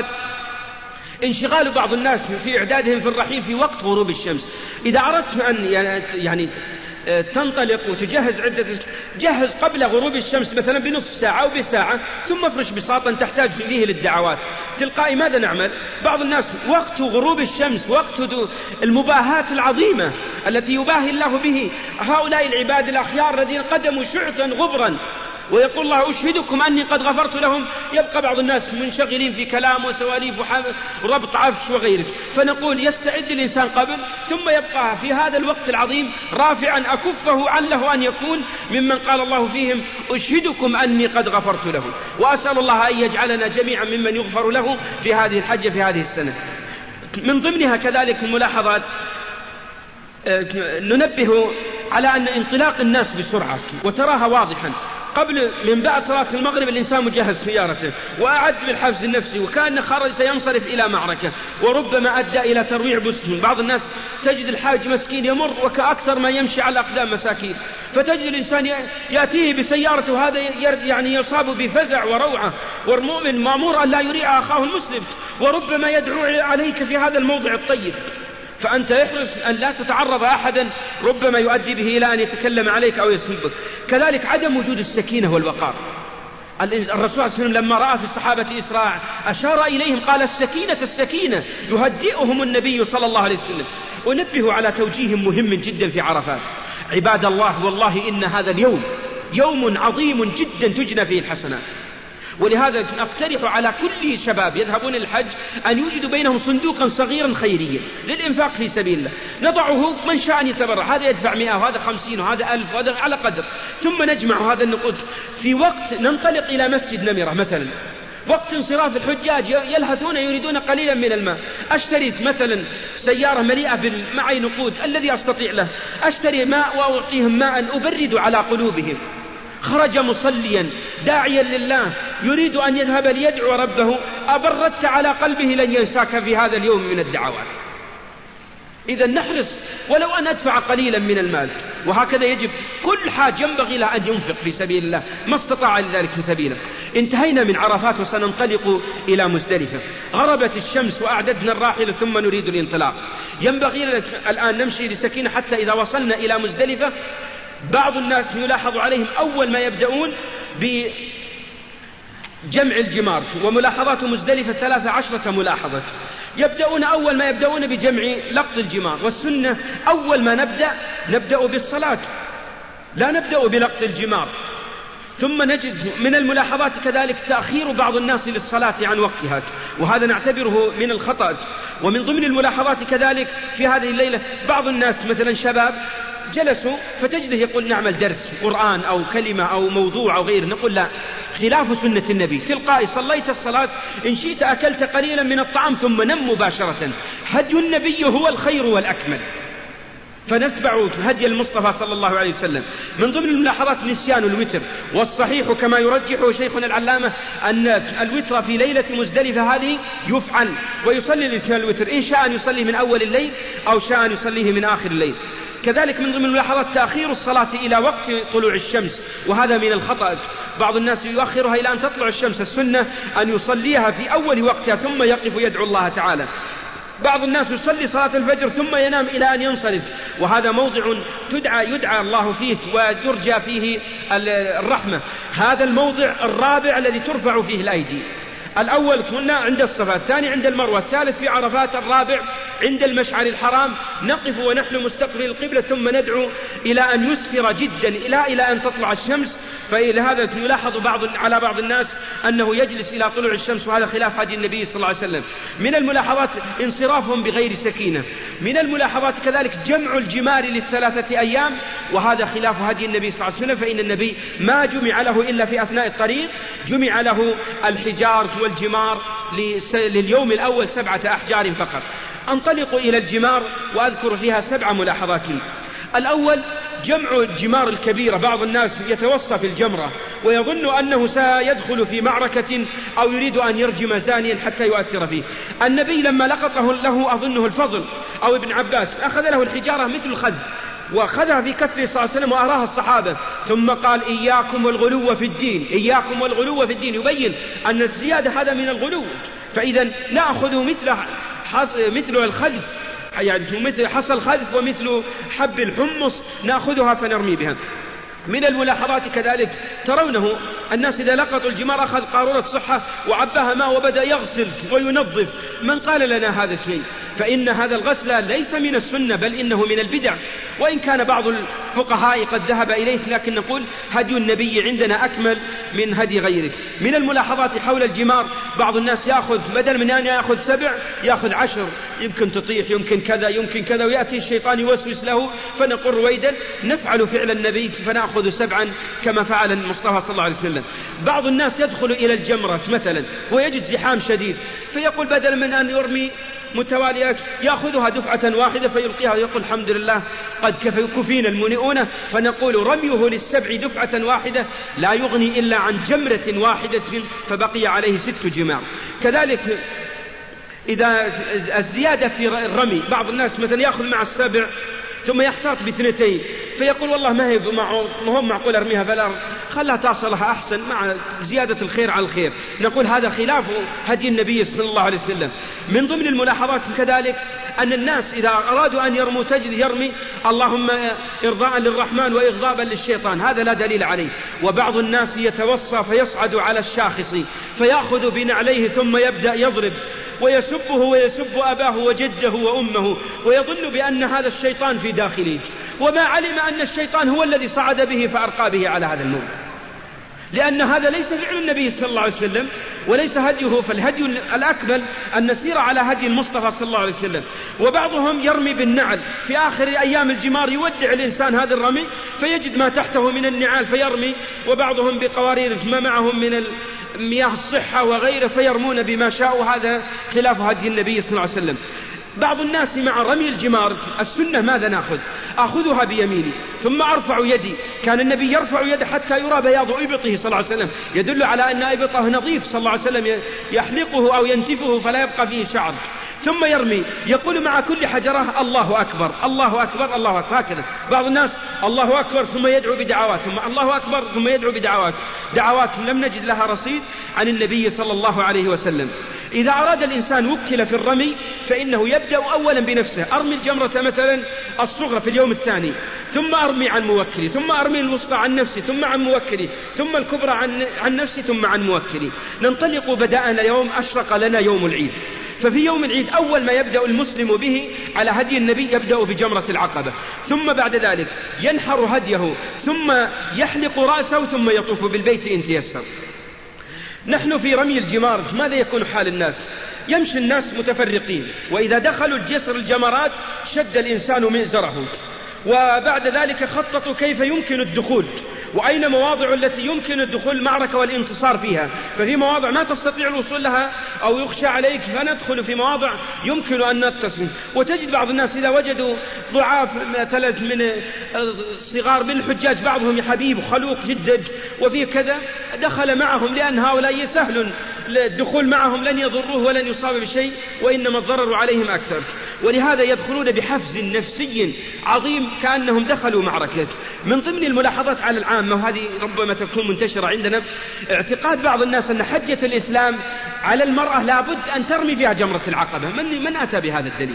S12: انشغال بعض الناس في إعدادهم في الرحيل في وقت غروب الشمس. إذا أردت أن يعني تنطلق وتجهز عدتك، جهز قبل غروب الشمس مثلا بنصف ساعة أو بساعة، ثم افرش بساطا تحتاج فيه للدعوات. تلقائي ماذا نعمل؟ بعض الناس وقت غروب الشمس وقت المباهات العظيمة التي يباهي الله به هؤلاء العباد الأخيار الذين قدموا شعثا غبرا، ويقول الله أشهدكم أني قد غفرت لهم، يبقى بعض الناس منشغلين في كلام وسواليف وربط عفش وغيره. فنقول يستعد الإنسان قبل، ثم يبقى في هذا الوقت العظيم رافعا أكفه عله أن يكون ممن قال الله فيهم أشهدكم أني قد غفرت لهم. وأسأل الله أن يجعلنا جميعا ممن يغفر له في هذه الحجة في هذه السنة. من ضمنها كذلك الملاحظات ننبه على أن انطلاق الناس بسرعة وتراها واضحا. قبل من بعد صلاة المغرب الإنسان مجهز سيارته وأعد بالحفز النفسي وكان خرج سينصرف إلى معركة، وربما أدى إلى ترويع بسهم. بعض الناس تجد الحاج مسكين يمر وكأكثر ما يمشي على أقدام مساكين، فتجد الإنسان يأتيه بسيارته وهذا يعني يصاب بفزع وروعة، والمؤمن مأمور أن لا يريع أخاه المسلم، وربما يدعو عليك في هذا الموضع الطيب، فأنت يحرص أن لا تتعرض أحدا ربما يؤدي به إلى أن يتكلم عليك أو يسبك. كذلك عدم وجود السكينة والوقار. الرسول صلى الله عليه وسلم لما رأى في الصحابة إسراع أشار إليهم قال السكينة السكينة، يهدئهم النبي صلى الله عليه وسلم. أنبه على توجيه مهم جدا في عرفات. عباد الله، والله إن هذا اليوم يوم عظيم جدا تجنى فيه الحسنات، ولهذا أقترح على كل شباب يذهبون للحج أن يوجدوا بينهم صندوقا صغيرا خيريا للإنفاق في سبيل الله، نضعه من شاء أن يتبرع، هذا يدفع مئة وهذا خمسين وهذا ألف وهذا على قدر، ثم نجمع هذا النقود في وقت ننطلق إلى مسجد نمرة مثلا، وقت انصراف الحجاج يلهثون يريدون قليلا من الماء، أشتري مثلا سيارة مليئة معي نقود الذي أستطيع له، أشتري ماء وأعطيهم ماء أبرد على قلوبهم. خرج مصليا داعيا لله يريد أن يذهب ليدعو ربه، أبردت على قلبه لن ينساك في هذا اليوم من الدعوات. إذا نحرص ولو أن أدفع قليلا من المال، وهكذا يجب كل حاج ينبغي له أن ينفق في سبيل الله ما استطاع لذلك سبيلا. انتهينا من عرفات وسننطلق إلى مزدلفة. غربت الشمس وأعددنا الراحلة ثم نريد الانطلاق. ينبغي لك الآن نمشي لسكينة حتى إذا وصلنا إلى مزدلفة بعض الناس يلاحظ عليهم أول ما يبدأون بجمع الجمار، وملاحظات مزدلفة ثلاثة عشرة ملاحظة. يبدأون أول ما يبدأون بجمع لقط الجمار، والسنة أول ما نبدأ نبدأ بالصلاة لا نبدأ بلقط الجمار. ثم نجد من الملاحظات كذلك تأخير بعض الناس للصلاة عن وقتها، وهذا نعتبره من الخطأ. ومن ضمن الملاحظات كذلك في هذه الليلة بعض الناس مثلا شباب جلسوا فتجده يقول نعمل درس قرآن أو كلمة أو موضوع أو غيره، نقول لا، خلاف سنة النبي. تلقائي صليت الصلاة إن شئت أكلت قليلا من الطعام ثم نم مباشرة. هدي النبي هو الخير والأكمل، فنتبع هدي المصطفى صلى الله عليه وسلم. من ضمن الملاحظات نسيان الوتر، والصحيح كما يرجحه شيخنا العلامة أن الوتر في ليلة مزدلفة هذه يفعل، ويصلي الإنسان الوتر إن شاء أن يصلي من أول الليل أو شاء أن يصليه من آخر الليل. كذلك من ضمن الملاحظات تأخير الصلاة إلى وقت طلوع الشمس، وهذا من الخطأ. بعض الناس يؤخرها إلى أن تطلع الشمس، السنة أن يصليها في أول وقتها ثم يقف يدعو الله تعالى. بعض الناس يصلي صلاة الفجر ثم ينام إلى أن ينصرف، وهذا موضع تدعى يدعى الله فيه ويرجى فيه الرحمة. هذا الموضع الرابع الذي ترفع فيه الأيدي. الأول قلنا عند الصفا، الثاني عند المروة، الثالث في عرفات، الرابع عند المشعر الحرام. نقف ونحن مستقبل القبلة ثم ندعو إلى أن يسفر جدا إلى إلى أن تطلع الشمس. فإلى هذا يلاحظ بعض على بعض الناس أنه يجلس إلى طلوع الشمس، وهذا خلاف هدي النبي صلى الله عليه وسلم. من الملاحظات انصرافهم بغير سكينة. من الملاحظات كذلك جمع الجمار للثلاثة أيام، وهذا خلاف هدي النبي صلى الله عليه وسلم، فإن النبي ما جمع له إلا في أثناء الطريق، جمع له الحجار والجمار لليوم الأول سبعة أحجار فقط. أنطلق إلى الجمار وأذكر فيها سبع ملاحظات. الأول جمع الجمار الكبيرة. بعض الناس يتوصى في الجمرة ويظن أنه سيدخل في معركة أو يريد أن يرجم زانيا حتى يؤثر فيه. النبي لما لقطه له أظنه الفضل أو ابن عباس أخذ له الحجارة مثل الخذف وأخذها في كفه صلى الله عليه وسلم وأراها الصحابة، ثم قال إياكم والغلو في الدين، إياكم والغلو في الدين، يبين أن الزيادة هذا من الغلو. فإذا نأخذ مثل مثل الخذف، يعني مثل حصى الخذف ومثل حب الحمص نأخذها فنرمي بها. من الملاحظات كذلك ترونه الناس إذا لقطوا الجمار أخذ قارورة صحة وعباها ماء وبدأ يغسل وينظف. من قال لنا هذا الشيء؟ فإن هذا الغسل ليس من السنة بل إنه من البدع، وإن كان بعض الفقهاء قد ذهب إليه، لكن نقول هدي النبي عندنا أكمل من هدي غيره. من الملاحظات حول الجمار بعض الناس يأخذ بدل من أن يأخذ سبع يأخذ عشر، يمكن تطيح يمكن كذا يمكن كذا، ويأتي الشيطان يوسوس له، فنقول رويدا نفعل فعل النبي فنأخذ سبعا كما فعل المصطفى صلى الله عليه وسلم. بعض الناس يدخل إلى الجمرة مثلا ويجد زحام شديد، فيقول بدل من أن يرمي متواليات يأخذها دفعة واحدة فيلقيها ويقول الحمد لله قد كفينا المنئونة، فنقول رميه للسبع دفعة واحدة لا يغني إلا عن جمرة واحدة فبقي عليه ست جمار. كذلك إذا الزيادة في الرمي، بعض الناس مثلا يأخذ مع السبع ثم يحتاط باثنتين فيقول والله ما هي ما هم معقول أرميها في الأرض، خلها تصلها أحسن مع زيادة الخير على الخير. نقول هذا خلاف هدي النبي صلى الله عليه وسلم. من ضمن الملاحظات كذلك أن الناس إذا أرادوا أن يرموا تجد يرمي اللهم إرضاء للرحمن وإغضابا للشيطان، هذا لا دليل عليه. وبعض الناس يتوصى فيصعد على الشاخص فيأخذ بنعليه ثم يبدأ يضرب ويسبه ويسب أباه وجده وأمه ويظن بأن هذا الشيطان في داخله، وما علم أن الشيطان هو الذي صعد به فأرقى به على هذا الموت، لأن هذا ليس فعل النبي صلى الله عليه وسلم وليس هديه. فالهدي الأكمل أن نسير على هدي المصطفى صلى الله عليه وسلم. وبعضهم يرمي بالنعل في آخر أيام الجمار، يودع الإنسان هذا الرمي فيجد ما تحته من النعال فيرمي، وبعضهم بقوارير ما معهم من مياه الصحة وغيره فيرمون بما شاءوا، هذا خلاف هدي النبي صلى الله عليه وسلم. بعض الناس مع رمي الجمار السنة ماذا نأخذ؟ أخذها بيميني ثم أرفع يدي، كان النبي يرفع يده حتى يرى بياض إبطه صلى الله عليه وسلم، يدل على أن إبطه نظيف صلى الله عليه وسلم يحلقه أو ينتفه فلا يبقى فيه شعر، ثم يرمي يقول مع كل حجرة الله أكبر الله أكبر الله أكبر، هكذا. بعض الناس الله أكبر ثم يدعو بدعوات، ثم الله أكبر ثم يدعو بدعوات، دعوات لم نجد لها رصيد عن النبي صلى الله عليه وسلم. إذا أراد الإنسان وكل في الرمي فإنه يبدأ أولا بنفسه، أرمي الجمرة مثلا الصغرى في اليوم الثاني، ثم أرمي عن موكلي، ثم أرمي الوسطى عن نفسي، ثم عن موكلي، ثم الكبرى عن, عن نفسي، ثم عن موكلي. ننطلق بدأنا اليوم، أشرق لنا يوم العيد. ففي يوم العيد أول ما يبدأ المسلم به على هدي النبي يبدأ بجمرة العقبة، ثم بعد ذلك ينحر هديه، ثم يحلق رأسه، ثم يطوف بالبيت إن تيسر. نحن في رمي الجمار ماذا يكون حال الناس؟ يمشي الناس متفرقين، وإذا دخلوا الجسر الجمرات شد الإنسان مئزره، وبعد ذلك خططوا كيف يمكن الدخول وأين مواضع التي يمكن الدخول المعركة والانتصار فيها. ففي مواضع ما تستطيع الوصول لها أو يخشى عليك فندخل في مواضع يمكن أن نتصل. وتجد بعض الناس إذا وجدوا ضعاف مثلا من صغار من الحجاج بعضهم حبيب خلوق جدا وفيه كذا دخل معهم، لأن هؤلاء سهل الدخول معهم لن يضروه ولن يصاب بشيء، وإنما الضرر عليهم أكثر. ولهذا يدخلون بحفز نفسي عظيم كأنهم دخلوا معركة. من ضمن الملاحظات على العامة، وهذه ربما تكون منتشرة عندنا، اعتقاد بعض الناس أن حجة الإسلام على المرأة لابد أن ترمي فيها جمرة العقبة. من, من أتى بهذا الدليل؟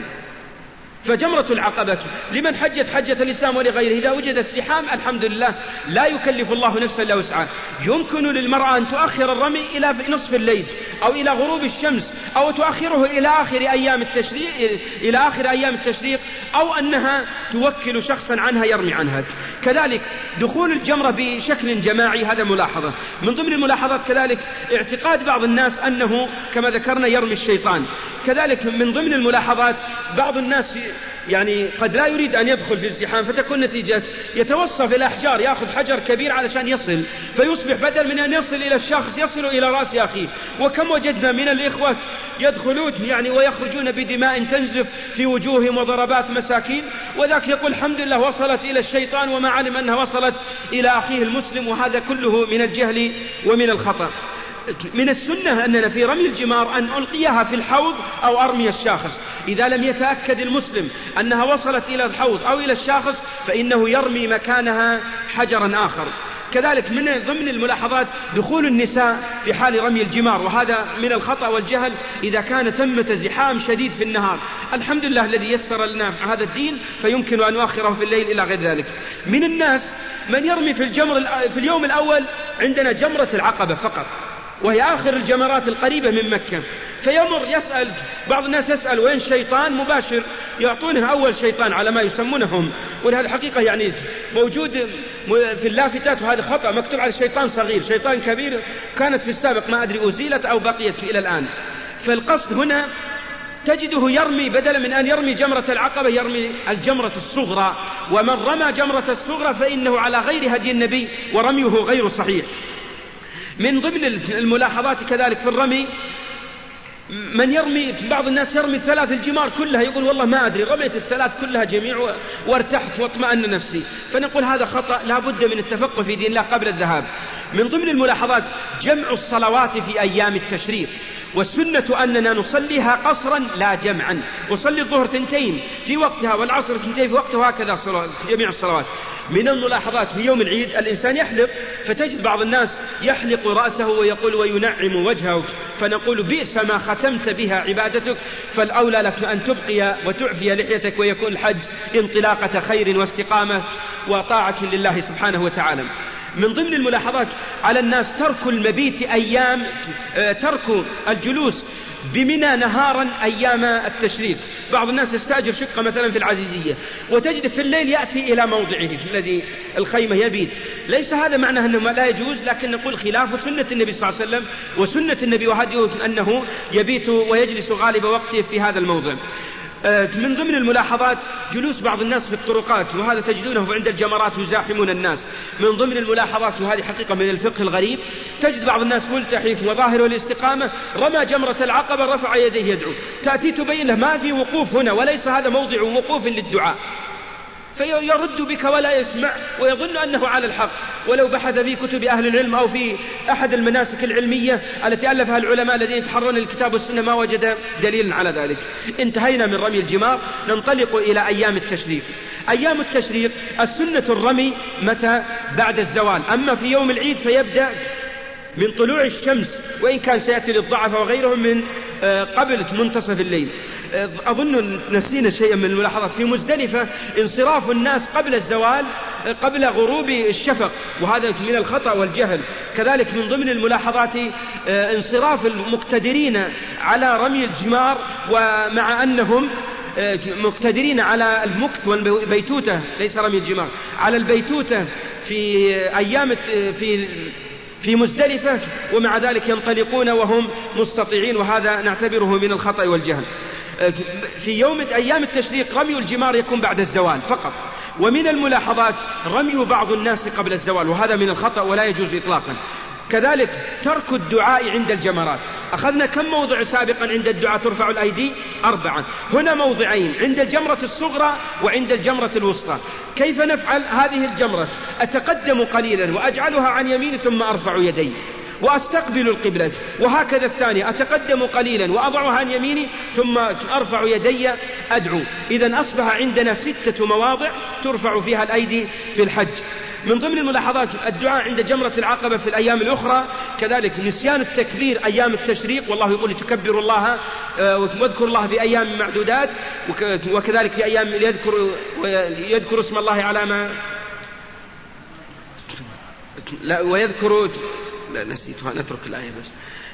S12: فجمرة العقبة لمن حجت حجة الإسلام ولغيره، إذا وجدت زحام الحمد لله لا يكلف الله نفسا إلا وسعها. يمكن للمرأة أن تؤخر الرمي إلى نصف الليل أو إلى غروب الشمس، أو تؤخره إلى آخر أيام التشريق إلى آخر أيام التشريق أو أنها توكل شخصا عنها يرمي عنها. كذلك دخول الجمرة بشكل جماعي، هذا ملاحظة. من ضمن الملاحظات كذلك اعتقاد بعض الناس أنه كما ذكرنا يرمي الشيطان. كذلك من ضمن الملاحظات بعض الناس يعني قد لا يريد أن يدخل في الزحام، فتكون نتيجة يتوصى في الأحجار، يأخذ حجر كبير علشان يصل، فيصبح بدل من أن يصل إلى الشخص يصل إلى رأس أخيه. وكم وجدنا من الإخوة يدخلون يعني ويخرجون بدماء تنزف في وجوههم وضربات مساكين، وذاك يقول الحمد لله وصلت إلى الشيطان وما علم أنها وصلت إلى أخيه المسلم، وهذا كله من الجهل ومن الخطأ. من السنة أننا في رمي الجمار أن ألقيها في الحوض أو أرمي الشاخص. إذا لم يتأكد المسلم أنها وصلت إلى الحوض أو إلى الشاخص فإنه يرمي مكانها حجرا آخر. كذلك من ضمن الملاحظات دخول النساء في حال رمي الجمار، وهذا من الخطأ والجهل إذا كان ثمة زحام شديد في النهار. الحمد لله الذي يسر لنا هذا الدين فيمكن أن نؤخره في الليل إلى غير ذلك. من الناس من يرمي في الجمر في اليوم الأول عندنا جمرة العقبة فقط، وهي آخر الجمرات القريبة من مكة، فيمر يسأل بعض الناس يسأل وين شيطان مباشر، يعطونه أول شيطان على ما يسمونهم، ولهذه الحقيقة يعني موجود في اللافتات، وهذا خطأ، مكتوب على شيطان صغير شيطان كبير كانت في السابق ما أدري أزيلت أو بقيت إلى الآن. فالقصد هنا تجده يرمي بدلا من أن يرمي جمرة العقبة يرمي الجمرة الصغرى، ومن رمى جمرة الصغرى فإنه على غير هدي النبي ورميه غير صحيح. من ضمن الملاحظات كذلك في الرمي من يرمي بعض الناس يرمي ثلاث الجمار كلها، يقول والله ما أدري رميت الثلاث كلها جميع وارتحت واطمأن نفسي. فنقول هذا خطأ، لا بد من التفقه في دين الله قبل الذهاب. من ضمن الملاحظات جمع الصلوات في أيام التشريق، والسنة أننا نصليها قصرا لا جمعا، وصلي الظهر ثنتين في وقتها والعصر ثنتين في وقتها، وهكذا جميع الصلوات. من الملاحظات في يوم العيد الإنسان يحلق، فتجد بعض الناس يحلق رأسه ويقول وينعم وجهه، فنقول بئس ما ختمت بها عبادتك، فالأولى لك أن تبقي وتعفي لحيتك ويكون الحج انطلاقة خير واستقامة وطاعة لله سبحانه وتعالى. من ضمن الملاحظات على الناس ترك المبيت أيام ترك الجلوس بمنى نهارا أيام التشريق. بعض الناس يستأجر شقة مثلا في العزيزية، وتجد في الليل يأتي إلى موضعه الذي الخيمة يبيت. ليس هذا معناه أنه لا يجوز، لكن نقول خلاف سنة النبي صلى الله عليه وسلم وسنة النبي وهديه أنه يبيت ويجلس غالب وقته في هذا الموضع. من ضمن الملاحظات جلوس بعض الناس في الطرقات، وهذا تجدونه عند الجمرات يزاحمون الناس. من ضمن الملاحظات، وهذه حقيقة من الفقه الغريب، تجد بعض الناس ملتحي وظاهره الاستقامة، رمى جمرة العقبة رفع يديه يدعو، تأتي تبين له ما في وقوف هنا وليس هذا موضع وقوف للدعاء، فيرد بك ولا يسمع ويظن أنه على الحق. ولو بحث في كتب أهل العلم أو في أحد المناسك العلمية التي ألفها العلماء الذين يتحرون الكتاب والسنة ما وجد دليل على ذلك. انتهينا من رمي الجمار، ننطلق إلى أيام التشريق. أيام التشريق السنة الرمي متى؟ بعد الزوال. أما في يوم العيد فيبدأ من طلوع الشمس، وإن كان سيأتي للضعف وغيرهم من قبل منتصف الليل. أظن نسينا شيئا من الملاحظات في مزدلفة، انصراف الناس قبل الزوال قبل غروب الشفق، وهذا من الخطأ والجهل. كذلك من ضمن الملاحظات انصراف المقتدرين على رمي الجمار، ومع أنهم مقتدرين على المكث والبيتوتة، ليس رمي الجمار، على البيتوتة في أيام في في مزدلفة، ومع ذلك ينطلقون وهم مستطيعين، وهذا نعتبره من الخطأ والجهل. في يوم أيام التشريق رمي الجمار يكون بعد الزوال فقط. ومن الملاحظات رمي بعض الناس قبل الزوال، وهذا من الخطأ ولا يجوز إطلاقا. كذلك ترك الدعاء عند الجمرات. أخذنا كم موضع سابقا عند الدعاء ترفع الأيدي؟ أربعة. هنا موضعين، عند الجمرة الصغرى وعند الجمرة الوسطى. كيف نفعل هذه الجمرة؟ أتقدم قليلا وأجعلها عن يميني ثم أرفع يدي وأستقبل القبلة، وهكذا الثانية أتقدم قليلا وأضعها عن يميني ثم أرفع يدي أدعو. إذن أصبح عندنا ستة مواضع ترفع فيها الأيدي في الحج. من ضمن الملاحظات الدعاء عند جمرة العقبة في الأيام الأخرى، كذلك نسيان التكبير أيام التشريق، والله يقول تكبر الله واذكر الله في أيام معدودات، وكذلك في أيام يذكر, يذكر اسم الله على ما لا ويذكر لا نسيتها، نترك الآية بس.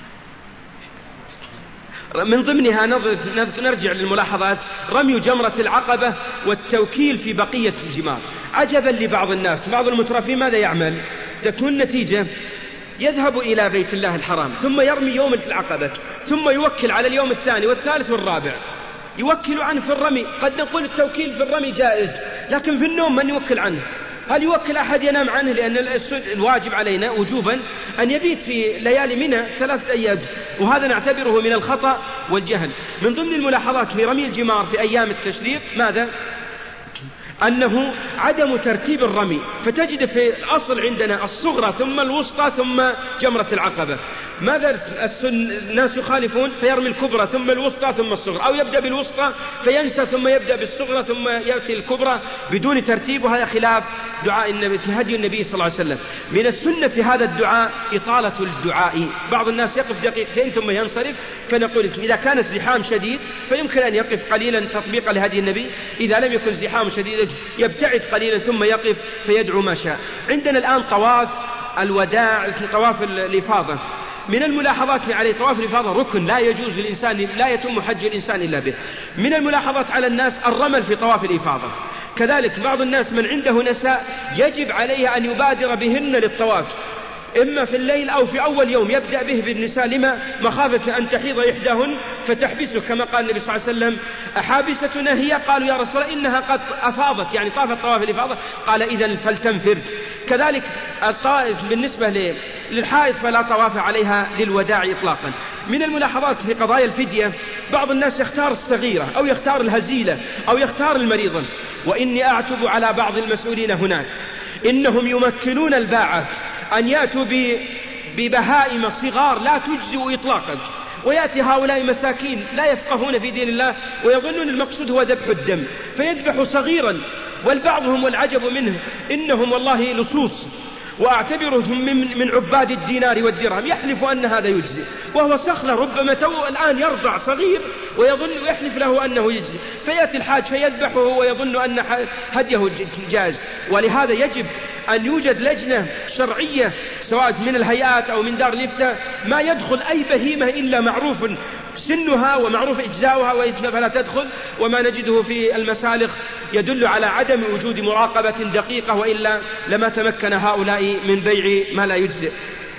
S12: من ضمنها نرجع للملاحظات رمي جمرة العقبة والتوكيل في بقية الجمار. عجبا لبعض الناس، بعض المترفين ماذا يعمل؟ تكون النتيجة يذهب إلى بيت الله الحرام ثم يرمي يوم العقبة، ثم يوكل على اليوم الثاني والثالث والرابع، يوكل عنه في الرمي. قد نقول التوكيل في الرمي جائز، لكن في النوم من يوكل عنه؟ هل يوكل أحد ينام عنه؟ لأن الواجب علينا وجوبا أن يبيت في ليالي منى ثلاثة أيام، وهذا نعتبره من الخطأ والجهل. من ضمن الملاحظات في رمي الجمار في أيام التشريق ماذا؟ أنه عدم ترتيب الرمي، فتجد في الأصل عندنا الصغرى ثم الوسطى ثم جمرة العقبة. ماذا الناس يخالفون؟ فيرمي الكبرى ثم الوسطى ثم الصغرى، أو يبدأ بالوسطى فينسى ثم يبدأ بالصغرى ثم يأتي الكبرى بدون ترتيب، وهذا خلاف دعاء النبي هدي النبي صلى الله عليه وسلم. من السنة في هذا الدعاء إطالة الدعاء. بعض الناس يقف دقيقتين ثم ينصرف، فنقول إذا كان الزحام شديد فيمكن أن يقف قليلا تطبيقا لهدي النبي، إذا لم يكن زحام شديد يبتعد قليلا ثم يقف فيدعو ما شاء. عندنا الآن طواف الوداع، طواف الإفاضة. من الملاحظات عليه طواف الإفاضة ركن لا يجوز للإنسان، لا يتم حج الإنسان إلا به. من الملاحظات على الناس الرمل في طواف الإفاضة. كذلك بعض الناس من عنده نساء يجب عليه أن يبادر بهن للطواف، إما في الليل أو في أول يوم يبدأ به بالنساء، لما مخافة أن تحيض إحداهن فتحبسه، كما قال النبي صلى الله عليه وسلم أحابستنا هي؟ قالوا يا رسول الله إنها قد أفاضت، يعني طافت طواف الإفاضة. قال إذن فلتنفرد. كذلك الطائف بالنسبة للحائض فلا طواف عليها للوداع إطلاقا. من الملاحظات في قضايا الفدية بعض الناس يختار الصغيرة أو يختار الهزيلة أو يختار المريضة، وإني أعتب على بعض المسؤولين هناك إنهم يمكنون الباعة أن يأتوا ببهائم صغار لا تجزئ إطلاقا، ويأتي هؤلاء مساكين لا يفقهون في دين الله ويظنون المقصود هو ذبح الدم فيذبح صغيرا، والبعضهم والعجب منه إنهم والله لصوص، وأعتبرهم من, من عباد الدينار والدرهم، يحلف أن هذا يجزي وهو صخلة ربما تو الآن يرضع صغير ويظن ويحلف له أنه يجزي، فيأتي الحاج فيذبحه ويظن أن هديه جائز. ولهذا يجب أن يوجد لجنة شرعية سواء من الهيئات أو من دار الإفتاء، ما يدخل أي بهيمة إلا معروف سنها ومعروف إجزاؤها فلا تدخل، وما نجده في المسالخ يدل على عدم وجود مراقبة دقيقة، وإلا لما تمكن هؤلاء من بيع ما لا يجزئ.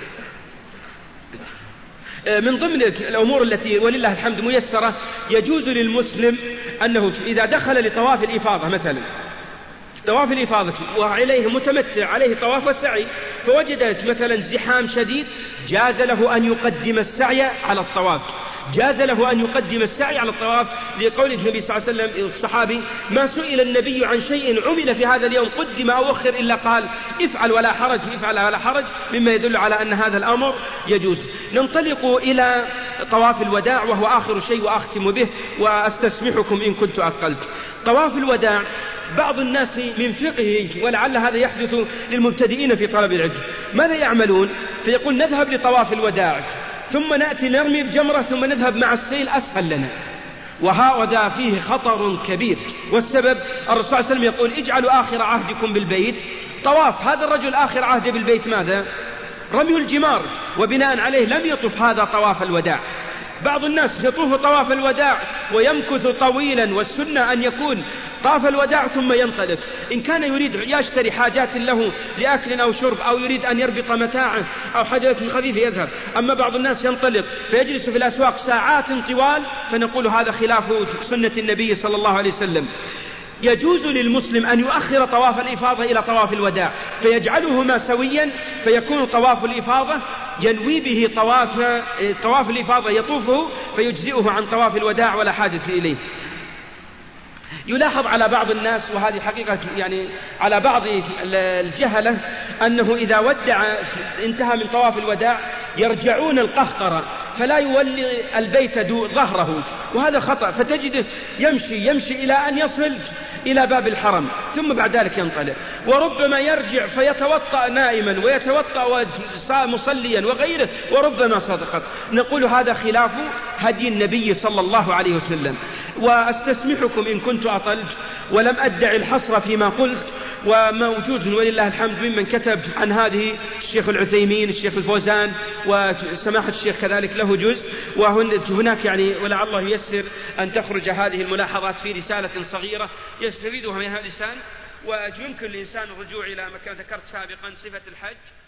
S12: من ضمن الأمور التي ولله الحمد ميسرة، يجوز للمسلم أنه إذا دخل لطواف الإفاضة مثلا طواف الإفاضة وعليه متمتع عليه طواف وسعي، فوجدت مثلا زحام شديد، جاز له أن يقدم السعي على الطواف، جاز له أن يقدم السعي على الطواف، لقول النبي صلى الله عليه وسلم الصحابي ما سئل النبي عن شيء عمل في هذا اليوم قدم أو أخر إلا قال افعل ولا حرج افعل ولا حرج، مما يدل على أن هذا الأمر يجوز. ننطلق إلى طواف الوداع وهو آخر شيء وأختم به وأستسمحكم إن كنت أثقلت. طواف الوداع بعض الناس من فقهه، ولعل هذا يحدث للمبتدئين في طلب العلم، ماذا يعملون؟ فيقول نذهب لطواف الوداع ثم نأتي نرمي الجمرة ثم نذهب مع السيل أسهل لنا، وهذا فيه خطر كبير. والسبب الرسول صلى الله عليه وسلم يقول اجعلوا آخر عهدكم بالبيت طواف. هذا الرجل آخر عهد بالبيت ماذا؟ رمي الجمار، وبناء عليه لم يطف هذا طواف الوداع. بعض الناس يطوف طواف الوداع ويمكث طويلا، والسنة أن يكون طاف الوداع ثم ينطلق، إن كان يريد يشتري حاجات له لأكل أو شرب أو يريد أن يربط متاعه أو حاجة خفيفة يذهب. أما بعض الناس ينطلق فيجلس في الأسواق ساعات طوال، فنقول هذا خلاف سنة النبي صلى الله عليه وسلم. يجوز للمسلم أن يؤخر طواف الإفاضة إلى طواف الوداع فيجعلهما سويا، فيكون طواف الإفاضة ينوي به طواف طواف الإفاضة يطوفه فيجزئه عن طواف الوداع ولا حاجة إليه. يلاحظ على بعض الناس، وهذه حقيقة يعني على بعض الجهلة، أنه إذا ودع انتهى من طواف الوداع يرجعون القهقرة فلا يولي البيت ظهره، وهذا خطأ، فتجده يمشي يمشي إلى أن يصل إلى باب الحرم ثم بعد ذلك ينطلق، وربما يرجع فيتوطأ نائما ويتوطأ مصليا وغيره، وربما صدقت. نقول هذا خلاف هدي النبي صلى الله عليه وسلم. وأستسمحكم إن كنت أطلت ولم أدعي الحصر فيما قلت، وموجود ولله الحمد ممن كتب عن هذه الشيخ العثيمين، الشيخ الفوزان، وسماحة الشيخ كذلك له جزء، وهناك يعني ولعل الله ييسر أن تخرج هذه الملاحظات في رسالة صغيرة يستفيدها من هذا اللسان، ويمكن الإنسان الرجوع إلى ما كان ذكرت سابقا صفة الحج.